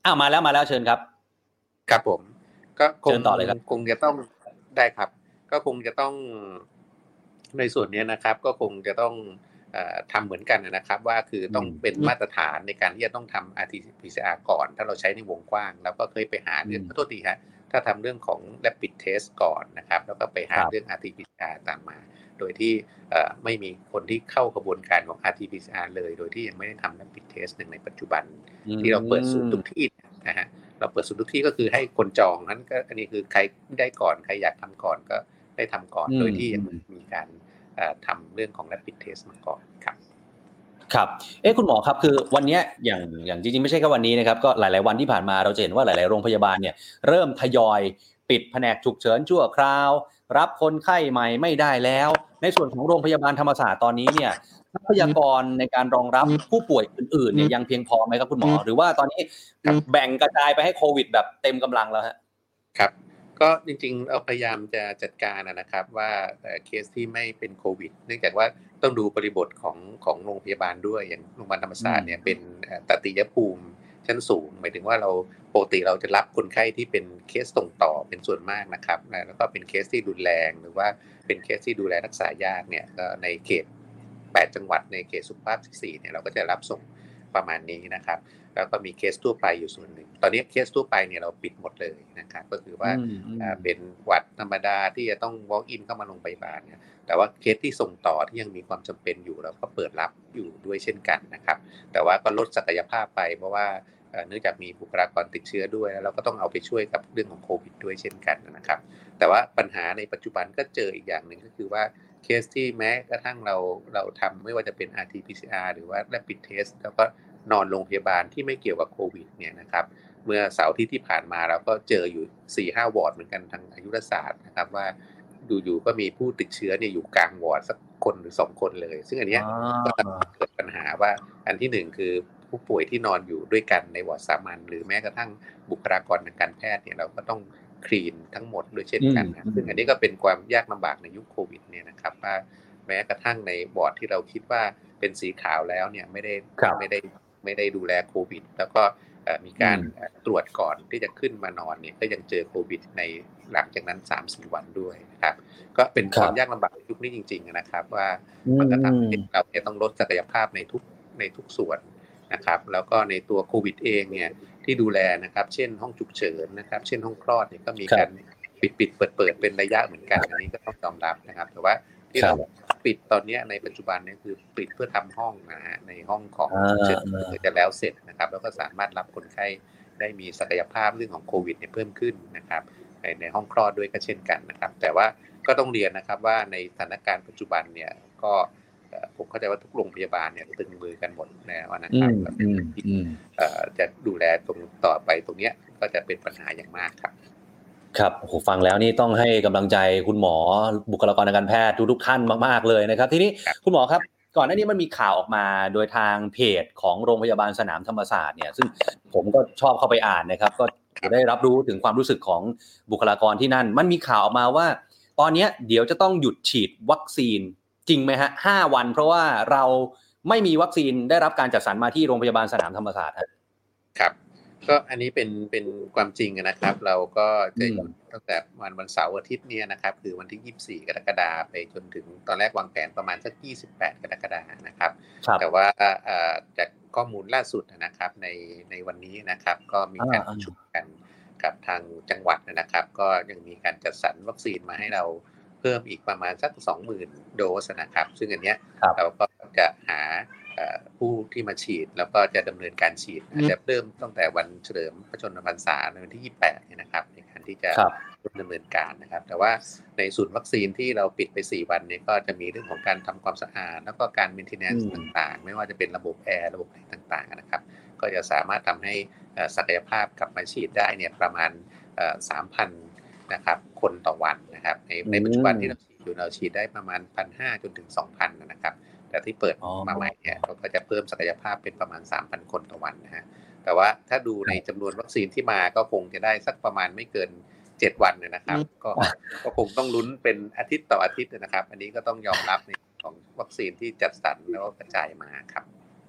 อ้าวมาแล้วมาแล้วเชิญครับครับผมก็คงเชิญต่อเลยครับคงจะต้องได้ครับก็คงจะต้องในส่วนนี้นะครับก็คงจะต้องเอ่อทำเหมือนกันนะครับว่าคือต้องเป็นมาตรฐานในการที่จะต้องทำ อาร์ ที พี ซี อาร์ ก่อนถ้าเราใช้ในวงกว้างแล้วก็เคยไปหาเรื่องขอโทษทีฮะถ้าทำเรื่องของ Rapid Test ก่อนนะครับแล้วก็ไปหาเรื่อง อาร์ ที พี ซี อาร์ ตามมาโดยที่เอ่อไม่มีคนที่เข้ากระบวนการของ อาร์ ที พี ซี อาร์ เลยโดยที่ยังไม่ได้ทำ Rapid Test ในปัจจุบันที่เราเปิดศูนย์ทุกที่นะฮะเราเปิดศูนย์ทุกที่ก็คือให้คนจองนั้นก็อันนี้คือใครได้ก่อนใครอยากทำก่อนก็ได้ทำก่อนโดยที่ยังมีการทำเรื่องของ Rapid Test มาก่อนครับครับเอ๊ะคุณหมอครับคือวันนี้อย่างอย่างจริงๆไม่ใช่แค่วันนี้นะครับก็หลายๆวันที่ผ่านมาเราจะเห็นว่าหลายๆโรงพยาบาลเนี่ยเริ่มทยอยปิดแผนกฉุกเฉินชั่วคราวรับคนไข้ใหม่ไม่ได้แล้วในส่วนของโรงพยาบาลธรรมศาสตร์ตอนนี้เนี่ยทรัพยากรในการรองรับผู้ป่วยอื่นๆเนี่ยยังเพียงพอไหมครับคุณหมอหรือว่าตอนนี้แบ่งกระจายไปให้โควิดแบบเต็มกำลังแล้วฮะครับก็จริงๆเราพยายามจะจัดการนะครับว่าเคสที่ไม่เป็นโควิดเนื่องจากว่าต้องดูบริบทของของโรงพยาบาลด้วยอย่างโรงพยาบาลธรรมศาสตร์เนี่ยเป็นตติยภูมิชั้นสูงหมายถึงว่าเราปกติเราจะรับคนไข้ที่เป็นเคสส่งต่อเป็นส่วนมากนะครับแล้วก็เป็นเคสที่รุนแรงหรือว่าเป็นเคสที่ดูแลรักษายากเนี่ยในเขตแปดจังหวัดในเขตสุขภาพสิบสี่เนี่ยเราก็จะรับส่งประมาณนี้นะครับแล้วก็มีเคสทั่วไปอยู่ส่วนหนึ่งตอนนี้เคสทั่วไปเนี่ยเราปิดหมดเลยนะครับก็คือว่าเป็นหวัดธรรมดาที่จะต้อง walk in เข้ามาโรงพยาบาลเนี่ยแต่ว่าเคสที่ส่งต่อที่ยังมีความจำเป็นอยู่เราก็เปิดรับอยู่ด้วยเช่นกันนะครับแต่ว่าก็ลดศักยภาพไปเพราะว่าเนื่องจากมีบุคลากรติดเชื้อด้วยแล้วเราก็ต้องเอาไปช่วยกับเรื่องของโควิดด้วยเช่นกันนะครับแต่ว่าปัญหาในปัจจุบันก็เจออีกอย่างหนึ่งก็คือว่าเคสที่แม้กระทั่งเราเราทำไม่ว่าจะเป็น อาร์ ที พี ซี อาร์ หรือว่า Rapid Test แล้วก็นอนโรงพยาบาลที่ไม่เกี่ยวกับโควิดเนี่ยนะครับเมื่อเสาร์อาทิตย์ที่ผ่านมาเราก็เจออยู่ สี่ห้า วอร์ดเหมือนกันทางอายุรศาสตร์นะครับว่าอยู่ๆก็มีผู้ติดเชื้อเนี่ยอยู่กลางวอร์ดสักคนหรือสองคนเลยซึ่งอันนี้ก็เกิดปัญหาว่าอันที่หนึ่งคือผู้ป่วยที่นอนอยู่ด้วยกันในวอร์ดสามัญหรือแม้กระทั่งบุคลากรทางการแพทย์เนี่ยเราก็ต้องคลีนทั้งหมดด้วยเช่นกันนะซึ่งอันนี้ก็เป็นความยากลำบากในยุคโควิดเนี่ยนะครับว่าแม้กระทั่งในวอร์ดที่เราคิดว่าเป็นสีขาวแล้วเนี่ยไม่ได้ไม่ได้ไม่ได้ดูแลโควิดแล้วก็มีการตรวจก่อนที่จะขึ้นมานอนเนี่ยก็ยังเจอโควิดในหลังจากนั้น สามถึงสี่ วันด้วยนะครับก็เป็นความยากลำบากในยุคนี้จริงๆนะครับว่ามันก็ทำให้เราเนี่ยต้องลดศักยภาพในทุกในทุกส่วนนะครับแล้วก็ในตัวโควิดเองเนี่ยที่ดูแลนะครับเช่นห้องฉุกเฉินนะครับเช่นห้องคลอดเนี่ยก็มีการปิดปิดเปิดเปิดเป็นระยะเหมือนกันอันนี้ก็ต้องยอมรับนะครับแต่ว่าที่เราปิดตอนนี้ในปัจจุบันเนี่ยคือปิดเพื่อทำห้องนะฮะในห้องของเชิญจะแล้วเสร็จนะครับแล้วก็สามารถรับคนไข้ได้มีศักยภาพเรื่องของโควิดเนี่ยเพิ่มขึ้นนะครับในในห้องคลอดด้วยก็เช่นกันนะครับแต่ว่าก็ต้องเรียนนะครับว่าในสถานการณ์ปัจจุบันเนี่ยก็ผมเข้าใจว่าทุกโรงพยาบาลเนี่ยตึงมือกันหมดแล้วนะครับจะดูแลตรงต่อไปตรงนี้ก็จะเป็นปัญหาอย่างมากครับครับโอ้โหฟังแล้วนี่ต้องให้กำลังใจคุณหมอบุคลากรทางการแพทย์ทุกๆท่านมากๆเลยนะครับทีนี้คุณหมอครับก่อนหน้านี้มันมีข่าวออกมาโดยทางเพจของโรงพยาบาลสนามธรรมศาสตร์เนี่ยซึ่งผมก็ชอบเข้าไปอ่านนะครับก็ได้รับรู้ถึงความรู้สึกของบุคลากรที่นั่นมันมีข่าวออกมาว่าตอนนี้เดี๋ยวจะต้องหยุดฉีดวัคซีนจริงไหมฮะห้าวันเพราะว่าเราไม่มีวัคซีนได้รับการจัดสรรมาที่โรงพยาบาลสนามธรรมศาสตร์ครับก็อันนี้เป็นเป็นความจริงนะครับเราก็จะหยุดตั้งแต่วันวันเสาร์อาทิตย์เนี่ยนะครับคือวันที่ยี่สิบสี่กรกฎาคมไปจนถึงตอนแรกวางแผนประมาณสักยี่สิบแปดกรกฎาคมนะครับแต่ว่าจากข้อมูลล่าสุดนะครับในในวันนี้นะครับก็มีการประชุมกันกับทางจังหวัดนะครับก็ยังมีการจัดสรรวัคซีนมาให้เราเพิ่มอีกประมาณสัก สองหมื่น โดสนะครับซึ่งอันเนี้ยเราก็จะหาผู้ที่มาฉีดแล้วก็จะดำเนินการฉีดอาจจะเริ่มตั้งแต่วันเฉลิมพระชนมพรรษาในวันที่ยี่สิบแปดเนี่ยนะครับในการที่จะดำเนินการนะครับแต่ว่าในศูนย์วัคซีนที่เราปิดไปสี่วันเนี่ยก็จะมีเรื่องของการทำความสะอาดแล้วก็การ maintenance ต่างๆไม่ว่าจะเป็นระบบแอร์ระบบอะไรต่างๆนะครับก็จะสามารถทำให้ศักยภาพกลับมาฉีดได้เนี่ยประมาณ สามพัน นะครับคนต่อวันนะครับในในปัจจุบันที่เราฉีดอยู่เราฉีดได้ประมาณ หนึ่งพันห้าร้อย จนถึง สองพัน นะครับแต่ที่เปิดมาใหม่เนี่ยเราก็จะเพิ่มศักยภาพเป็นประมาณ สามพัน คนต่อวันนะฮะแต่ว่าถ้าดูในจำนวนวัคซีนที่มาก็คงจะได้สักประมาณไม่เกินเจ็ดวันนะครับก็ก็คงต้องลุ้นเป็นอาทิตย์ต่ออาทิตย์นะครับอันนี้ก็ต้องยอมรับในของวัคซีนที่จัดสรรแล้วก็กระจายมาครับ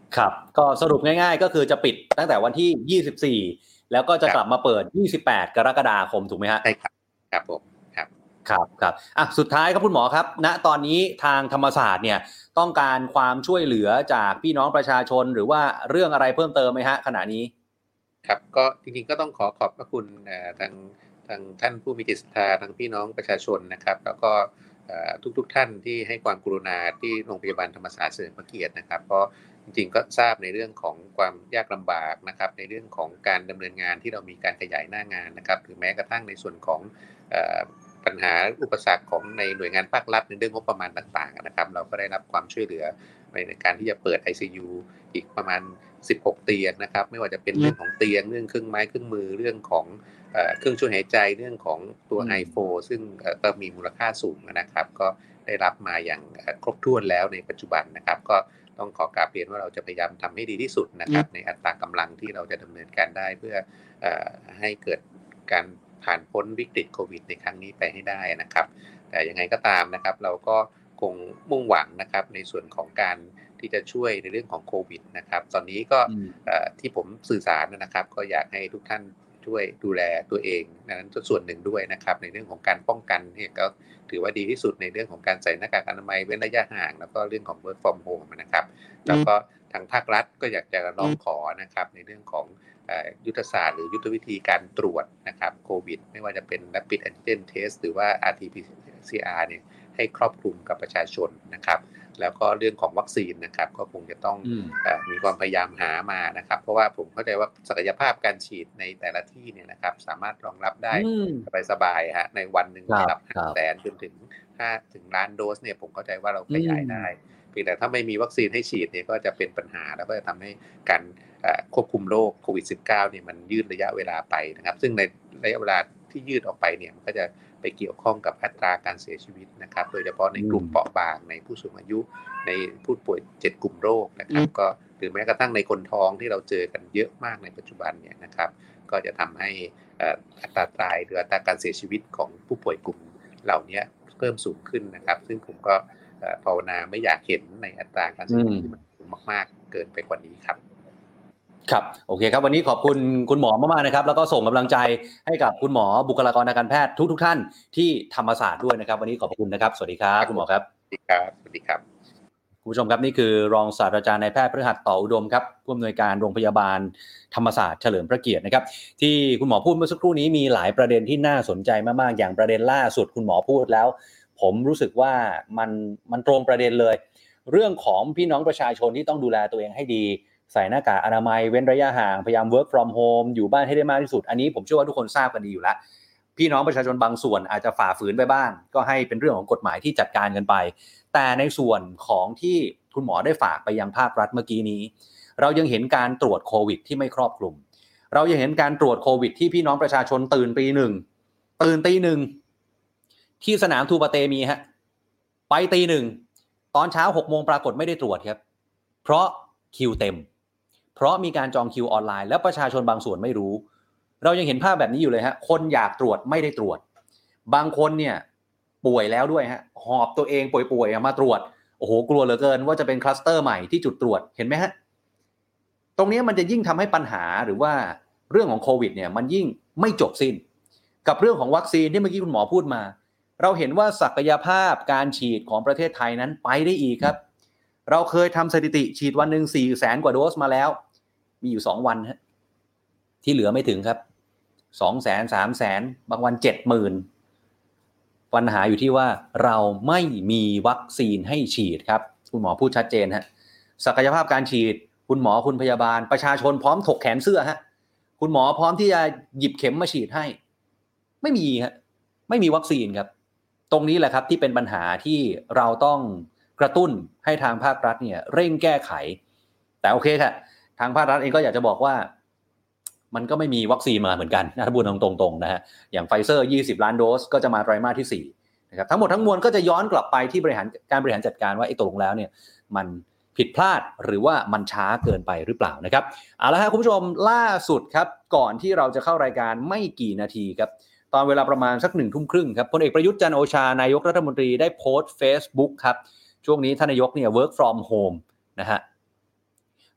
ครับก็สรุปง่ายๆก็คือจะปิดตั้งแต่วันที่ยี่สิบสี่แล้วก็จะกลับมาเปิดยี่สิบแปดกรกฎาคมถูกไหมฮะใช่ครับครับผมครับครับครับอ่ะสุดท้ายครับคุณหมอครับณตอนนี้ทางธรรมศาสตร์เนี่ยต้องการความช่วยเหลือจากพี่น้องประชาชนหรือว่าเรื่องอะไรเพิ่มเติมไหมฮะขณะนี้ครับก็จริงๆก็ต้องขอขอบพระคุณทางทางท่านผู้มีจิตศรัทธาทางพี่น้องประชาชนนะครับแล้วก็ทุกๆท่านที่ให้ความกรุณาที่โรงพยาบาลธรรมศาสตร์เฉลิมพระเกียรตินะครับเพราะจริงๆก็ทราบในเรื่องของความยากลำบากนะครับในเรื่องของการดำเนินงานที่เรามีการขยายหน้างานนะครับหรือแม้กระทั่งในส่วนของปัญหาอุปสรรคของในหน่วยงานภาครัฐในเรื่องงบประมาณต่างๆนะครับเราก็ได้รับความช่วยเหลือในการที่จะเปิด ไอ ซี ยู อีกประมาณสิบหกเตียงนะครับไม่ว่าจะเป็นเรื่องของเตียงเรื่องเครื่องไม้เครื่องมือเรื่องของเครื่องช่วยหายใจเรื่องของตัว ไอ โฟร์ ซึ่งก็มีมูลค่าสูงนะครับก็ได้รับมาอย่างครบถ้วนแล้วในปัจจุบันนะครับก็ต้องขอกราบเรียนว่าเราจะพยายามทำให้ดีที่สุดนะครับในอัตรากำลังที่เราจะดำเนินการได้เพื่อให้เกิดการผ่านพ้นวิกฤตโควิดในครั้งนี้ไปให้ได้นะครับแต่ยังไงก็ตามนะครับเราก็คงมุ่งหวังนะครับในส่วนของการที่จะช่วยในเรื่องของโควิดนะครับตอนนี้ก็ที่ผมสื่อสารนะครับก็อยากให้ทุกท่านช่วยดูแลตัวเองนั้นส่วนหนึ่งด้วยนะครับในเรื่องของการป้องกันเนี่ยก็ถือว่าดีที่สุดในเรื่องของการใส่หน้ากากอนามัยเว้นระยะห่างแล้วก็เรื่องของ work from home นะครับแล้วก็ทางภาครัฐก็อยากจะร้องขอนะครับในเรื่องของยุทธศาสตร์หรือยุทธวิธีการตรวจนะครับโควิดไม่ว่าจะเป็น rapid antigen test หรือว่า อาร์ ที พี ซี อาร์ เนี่ยให้ครอบคลุมกับประชาชนนะครับแล้วก็เรื่องของวัคซีนนะครับก็คงจะต้องเอ่อมีความพยายามหามานะครับเพราะว่าผมเข้าใจว่าศักยภาพการฉีดในแต่ละที่เนี่ยนะครับสามารถรองรับได้สบายๆฮะในวันหนึ่งระดับ ห้าแสน จนถึงห้าถึงล้านโดสเนี่ยผมเข้าใจว่าเราขยายได้เพียงแต่ถ้าไม่มีวัคซีนให้ฉีดเนี่ยก็จะเป็นปัญหาแล้วก็จะทำให้การควบคุมโรคโควิด สิบเก้า เนี่ยมันยืดระยะเวลาไปนะครับซึ่งในระยะเวลาที่ยืดออกไปเนี่ยมันก็จะไปเกี่ยวข้องกับอัตราการเสียชีวิตนะครับโดยเฉพาะในกลุ่มเปราะบางในผู้สูงอายุในผู้ป่วยเจ็ดกลุ่มโรคนะครับก็หรือแม้กระทั่งในคนท้องที่เราเจอกันเยอะมากในปัจจุบันเนี่ยนะครับก็จะทำให้อัตราตายหรืออัตราการเสียชีวิตของผู้ป่วยกลุ่มเหล่านี้เพิ่มสูงขึ้นนะครับซึ่งผมก็ภาวนาไม่อยากเห็นในอัตราการเสียชีวิตที่มันสูงมากๆเกินไปกว่านี้ครับครับโอเคครับวันนี้ขอบคุณคุณหมอมากๆนะครับแล้วก็ส่งกำลังใจให้กับคุณหมอบุคลากรทางการแพทย์ทุกๆท่านที่ธรรมศาสตร์ด้วยนะครับวันนี้ขอบคุณนะครับสวัสดีครับคุณหมอครับสวัสดีครับสวัสดีครับคุณผู้ชมครับนี่คือรองศาสตราจารย์นายแพทย์พฤหัสต่ออุดมครับผู้อำนวยการโรงพยาบาลธรรมศาสตร์เฉลิมพระเกียรตินะครับที่คุณหมอพูดเมื่อสักครู่นี้มีหลายประเด็นที่น่าสนใจมากๆอย่างประเด็นล่าสุดคุณหมอพูดแล้วผมรู้สึกว่ามันมันตรงประเด็นเลยเรื่องของพี่น้องประชาชนที่ต้องดูแลตัวเองให้ดีใส่หน้ากากอนามัยเว้นระยะห่างพยายาม work from home อยู่บ้านให้ได้มากที่สุดอันนี้ผมเชื่อว่าทุกคนทราบกันดีอยู่แล้วพี่น้องประชาชนบางส่วนอาจจะฝ่าฝืนไปบ้างก็ให้เป็นเรื่องของกฎหมายที่จัดการกันไปแต่ในส่วนของที่คุณหมอได้ฝากไปยังภาครัฐเมื่อกี้นี้เรายังเห็นการตรวจโควิดที่ไม่ครอบคลุมเรายังเห็นการตรวจโควิดที่พี่น้องประชาชนตื่นตีหนึ่งตื่นตีหนึ่งที่สนามทูปะเตมีฮะไปตีหนึ่งตอนเช้าหกโมงปรากฏไม่ได้ตรวจครับเพราะคิวเต็มเพราะมีการจองคิวออนไลน์แล้วประชาชนบางส่วนไม่รู้เรายังเห็นภาพแบบนี้อยู่เลยฮะคนอยากตรวจไม่ได้ตรวจบางคนเนี่ยป่วยแล้วด้วยฮะหอบตัวเองป่วยๆมาตรวจโอ้โหกลัวเหลือเกินว่าจะเป็นคลัสเตอร์ใหม่ที่จุดตรวจเห็นไหมฮะตรงนี้มันจะยิ่งทำให้ปัญหาหรือว่าเรื่องของโควิดเนี่ยมันยิ่งไม่จบสิ้นกับเรื่องของวัคซีนที่เมื่อกี้คุณหมอพูดมาเราเห็นว่าศักยภาพการฉีดของประเทศไทยนั้นไปได้อีกครับเราเคยทำสถิติฉีดวันหนึ่ง สี่แสน กว่าโดสมาแล้วมีอยู่สองวันฮะที่เหลือไม่ถึงครับ สองแสน สามแสน บางวัน เจ็ดหมื่น ปัญหาอยู่ที่ว่าเราไม่มีวัคซีนให้ฉีดครับคุณหมอพูดชัดเจนฮะศักยภาพการฉีดคุณหมอคุณพยาบาลประชาชนพร้อมถกแขนเสื้อฮะคุณหมอพร้อมที่จะหยิบเข็มมาฉีดให้ไม่มีฮะไม่มีวัคซีนครับตรงนี้แหละครับที่เป็นปัญหาที่เราต้องกระตุ้นให้ทางภาครัฐเนี่ยเร่งแก้ไขแต่โอเคค่ะทางภาครัฐเองก็อยากจะบอกว่ามันก็ไม่มีวัคซีนมาเหมือนกันนะถ้าพูดตรงๆนะฮะอย่างไฟเซอร์ยี่สิบล้านโดสก็จะมาไตรมาสที่สี่นะครับทั้งหมดทั้งมวลก็จะย้อนกลับไปที่บริหารการบริหารจัดการว่าไอ้ตกลงแล้วเนี่ยมันผิดพลาดหรือว่ามันช้าเกินไปหรือเปล่านะครับเอาละฮะคุณผู้ชมล่าสุดครับก่อนที่เราจะเข้ารายการไม่กี่นาทีครับตอนเวลาประมาณสักหนึ่งทุ่มครึ่งครับพลเอกประยุทธ์จันทร์โอชานายกรัฐมนตรีได้โพสต์ Facebook ครับช่วงนี้ท่านนายกเนี่ย work from home นะฮะ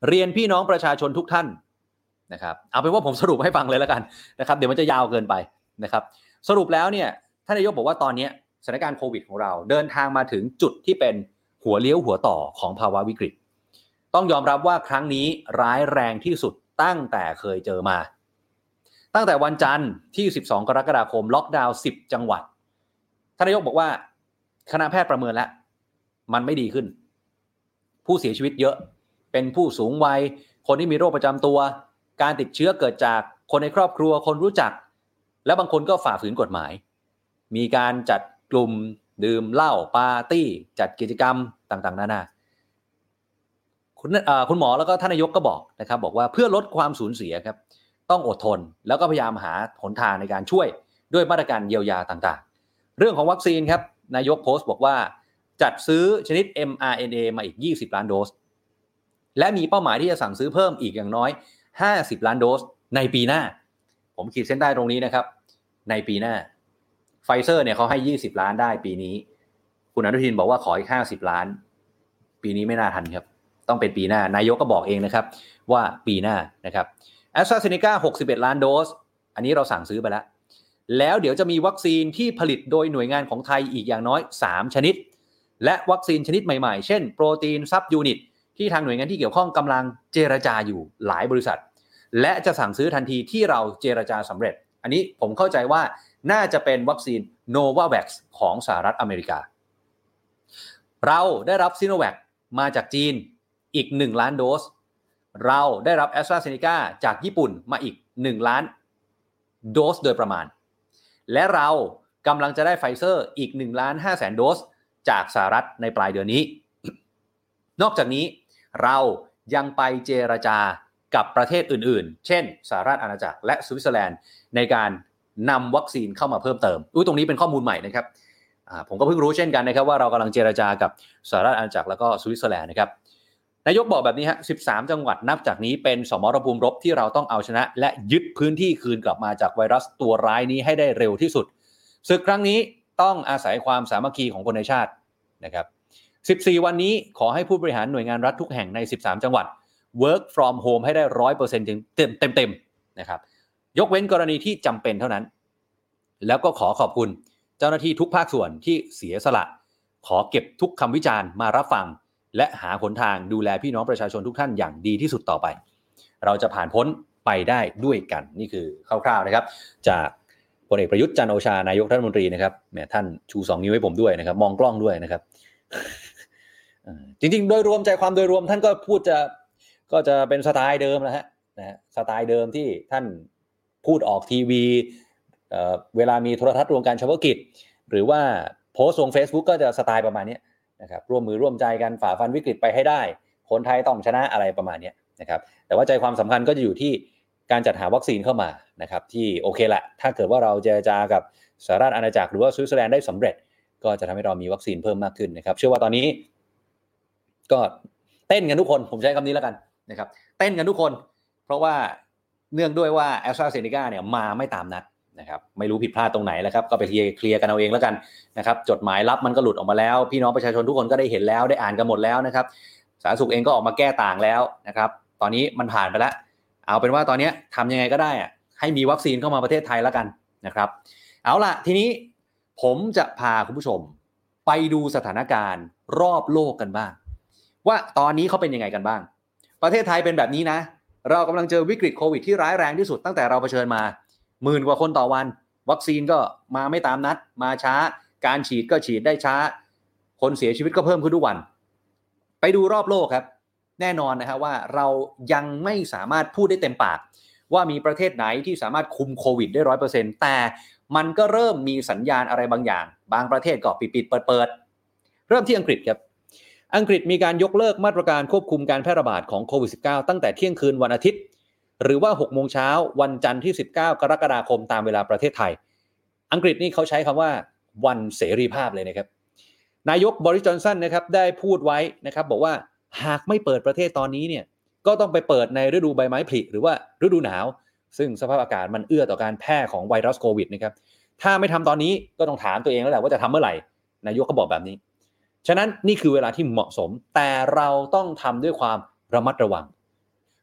เรียนพี่น้องประชาชนทุกท่านนะครับเอาเป็นว่าผมสรุปให้ฟังเลยแล้วกันนะครับเดี๋ยวมันจะยาวเกินไปนะครับสรุปแล้วเนี่ยท่านนายกบอกว่าตอนนี้สถานการณ์โควิดของเราเดินทางมาถึงจุดที่เป็นหัวเลี้ยวหัวต่อของภาวะวิกฤตต้องยอมรับว่าครั้งนี้ร้ายแรงที่สุดตั้งแต่เคยเจอมาตั้งแต่วันจันทร์ที่สิบสองกรกฎาคมล็อกดาวน์สิบจังหวัดท่านนายกบอกว่าคณะแพทย์ประเมินแล้วมันไม่ดีขึ้นผู้เสียชีวิตเยอะเป็นผู้สูงวัยคนที่มีโรคประจำตัวการติดเชื้อเกิดจากคนในครอบครัวคนรู้จักและบางคนก็ฝ่าฝืนกฎหมายมีการจัดกลุ่มดื่มเหล้าปาร์ตี้จัดกิจกรรมต่างๆนานาคุณคุณหมอแล้วก็ท่านนายกก็บอกนะครับบอกว่าเพื่อลดความสูญเสียครับต้องอดทนแล้วก็พยายามหาหนทางในการช่วยด้วยมาตรการเยียวยาต่างๆเรื่องของวัคซีนครับนายกโพสต์บอกว่าจัดซื้อชนิด เอ็ม อาร์ เอ็น เอ มาอีกยี่สิบล้านโดสและมีเป้าหมายที่จะสั่งซื้อเพิ่มอีกอย่างน้อยห้าสิบล้านโดสในปีหน้าผมขีดเส้นใต้ตรงนี้นะครับในปีหน้าไฟเซอร์เนี่ยเขาให้ยี่สิบล้านได้ปีนี้คุณอนุทินบอกว่าขออีกห้าสิบล้านปีนี้ไม่น่าทันครับต้องเป็นปีหน้านายกก็บอกเองนะครับว่าปีหน้านะครับ AstraZeneca หกสิบเอ็ดล้านโดสอันนี้เราสั่งซื้อไปแล้วแล้วเดี๋ยวจะมีวัคซีนที่ผลิตโดยหน่วยงานของไทยอีกอย่างน้อยสามชนิดและวัคซีนชนิดใหม่ๆเช่นโปรตีนซับยูนิตที่ทางหน่วยงานที่เกี่ยวข้องกำลังเจรจาอยู่หลายบริษัทและจะสั่งซื้อทันทีที่เราเจรจาสำเร็จอันนี้ผมเข้าใจว่าน่าจะเป็นวัคซีน Novavax ของสหรัฐอเมริกาเราได้รับ Sinovac มาจากจีนอีกหนึ่งล้านโดสเราได้รับ AstraZeneca จากญี่ปุ่นมาอีกหนึ่งล้านโดสโดยประมาณและเรากำลังจะได้ไฟเซอร์อีกหนึ่งล้านห้าแสนโดสจากสหรัฐในปลายเดือนนี้นอกจากนี้เรายังไปเจรจากับประเทศอื่นๆเช่นสหรัฐอาณาจักรและสวิตเซอร์แลนด์ในการนำวัคซีนเข้ามาเพิ่มเติมอุ้ยตรงนี้เป็นข้อมูลใหม่นะครับผมก็เพิ่งรู้เช่นกันนะครับว่าเรากำลังเจรจากับสหรัฐอาณาจักรแล้วก็สวิตเซอร์แลนด์นะครับนายกบอกแบบนี้ฮะสิบสามจังหวัดนับจากนี้เป็นสมรภูมิรบที่เราต้องเอาชนะและยึดพื้นที่คืนกลับมาจากไวรัสตัวร้ายนี้ให้ได้เร็วที่สุดศึกครั้งนี้ต้องอาศัยความสามัคคีของคนในชาตินะครับสิบสี่วันนี้ขอให้ผู้บริหารหน่วยงานรัฐทุกแห่งในสิบสามจังหวัด work from home ให้ได้ หนึ่งร้อยเปอร์เซ็นต์ เต็มเต็มๆนะครับยกเว้นกรณีที่จำเป็นเท่านั้นแล้วก็ขอขอบคุณเจ้าหน้าที่ทุกภาคส่วนที่เสียสละขอเก็บทุกคำวิจารณ์มารับฟังและหาหนทางดูแลพี่น้องประชาชนทุกท่านอย่างดีที่สุดต่อไปเราจะผ่านพ้นไปได้ด้วยกันนี่คือคร่าวๆนะครับจากพลเอกประยุทธ์จันทร์โอชานายกรัฐมนตรีนะครับแหมท่านชูสองนิ้วให้ผมด้วยนะครับมองกล้องด้วยนะครับจริงๆโดยรวมใจความโดยรวมท่านก็พูดจะก็จะเป็นสไตล์เดิมนะฮะนะฮะสไตล์เดิมที่ท่านพูดออกทีวีเอ่อเวลามีโทรทัศน์รวมการเฉพาะกิจหรือว่าโพสต์ลง Facebook ก็จะสไตล์ประมาณนี้นะครับร่วมมือร่วมใจกันฝ่าฟันวิกฤตไปให้ได้คนไทยต้องชนะอะไรประมาณนี้นะครับแต่ว่าใจความสำคัญก็จะอยู่ที่การจัดหาวัคซีนเข้ามานะครับที่โอเคละถ้าเกิดว่าเราเจรจากับสหรัฐอาณาจักรหรือว่าสวิตเซอร์แลนด์ได้สำเร็จก็จะทำให้เรามีวัคซีนเพิ่มมากขึ้นนะครับเชื่อว่าตอนนี้ก็เต้นกันทุกคนผมใช้คำนี้แล้วกันนะครับเต้นกันทุกคนเพราะว่าเนื่องด้วยว่า AstraZeneca เนี่ยมาไม่ตามนัดนะครับไม่รู้ผิดพลาดตรงไหนแล้วครับก็ไปเคลียร์เคลียร์กันเอาเองแล้วกันนะครับจดหมายลับมันก็หลุดออกมาแล้วพี่น้องประชาชนทุกคนก็ได้เห็นแล้วได้อ่านกันหมดแล้วนะครับสาธารณสุขเองก็ออกมาแก้ต่างแล้วนะครับตอนนี้มันผ่านไปแล้วเอาเป็นว่าตอนนี้ทำยังไงก็ได้อะให้มีวัคซีนเข้ามาประเทศไทยแล้วกันนะครับเอาล่ะทีนี้ผมจะพาคุณผู้ชมไปดูสถานการณ์รอบโลกกันบ้างว่าตอนนี้เขาเป็นยังไงกันบ้างประเทศไทยเป็นแบบนี้นะเรากำลังเจอวิกฤตโควิดที่ร้ายแรงที่สุดตั้งแต่เราเผชิญมาหมื่นกว่าคนต่อวันวัคซีนก็มาไม่ตามนัดมาช้าการฉีดก็ฉีดได้ช้าคนเสียชีวิตก็เพิ่มขึ้นทุกวันไปดูรอบโลกครับแน่นอนนะฮะว่าเรายังไม่สามารถพูดได้เต็มปากว่ามีประเทศไหนที่สามารถคุมโควิดได้ ร้อยเปอร์เซ็นต์ แต่มันก็เริ่มมีสัญญาณอะไรบางอย่างบางประเทศก็ปิดๆเปิดๆเริ่มที่อังกฤษครับอังกฤษมีการยกเลิกมาตรการควบคุมการแพร่ระบาดของโควิด สิบเก้า ตั้งแต่เที่ยงคืนวันอาทิตย์หรือว่า หกโมงเช้าวันจันทร์ที่สิบเก้ากรกฎาคมตามเวลาประเทศไทยอังกฤษนี่เขาใช้คำว่าวันเสรีภาพเลยนะครับนายกบริส จอนสันนะครับได้พูดไว้นะครับบอกว่าหากไม่เปิดประเทศตอนนี้เนี่ยก็ต้องไปเปิดในฤดูใบไม้ผลิหรือว่าฤดูหนาวซึ่งสภาพอากาศมันเอื้อต่อการแพร่ของไวรัสโควิดนะครับถ้าไม่ทำตอนนี้ก็ต้องถามตัวเองแล้วแหละว่าจะทำเมื่อไหร่นายกก็บอกแบบนี้ฉะนั้นนี่คือเวลาที่เหมาะสมแต่เราต้องทำด้วยความระมัดระวัง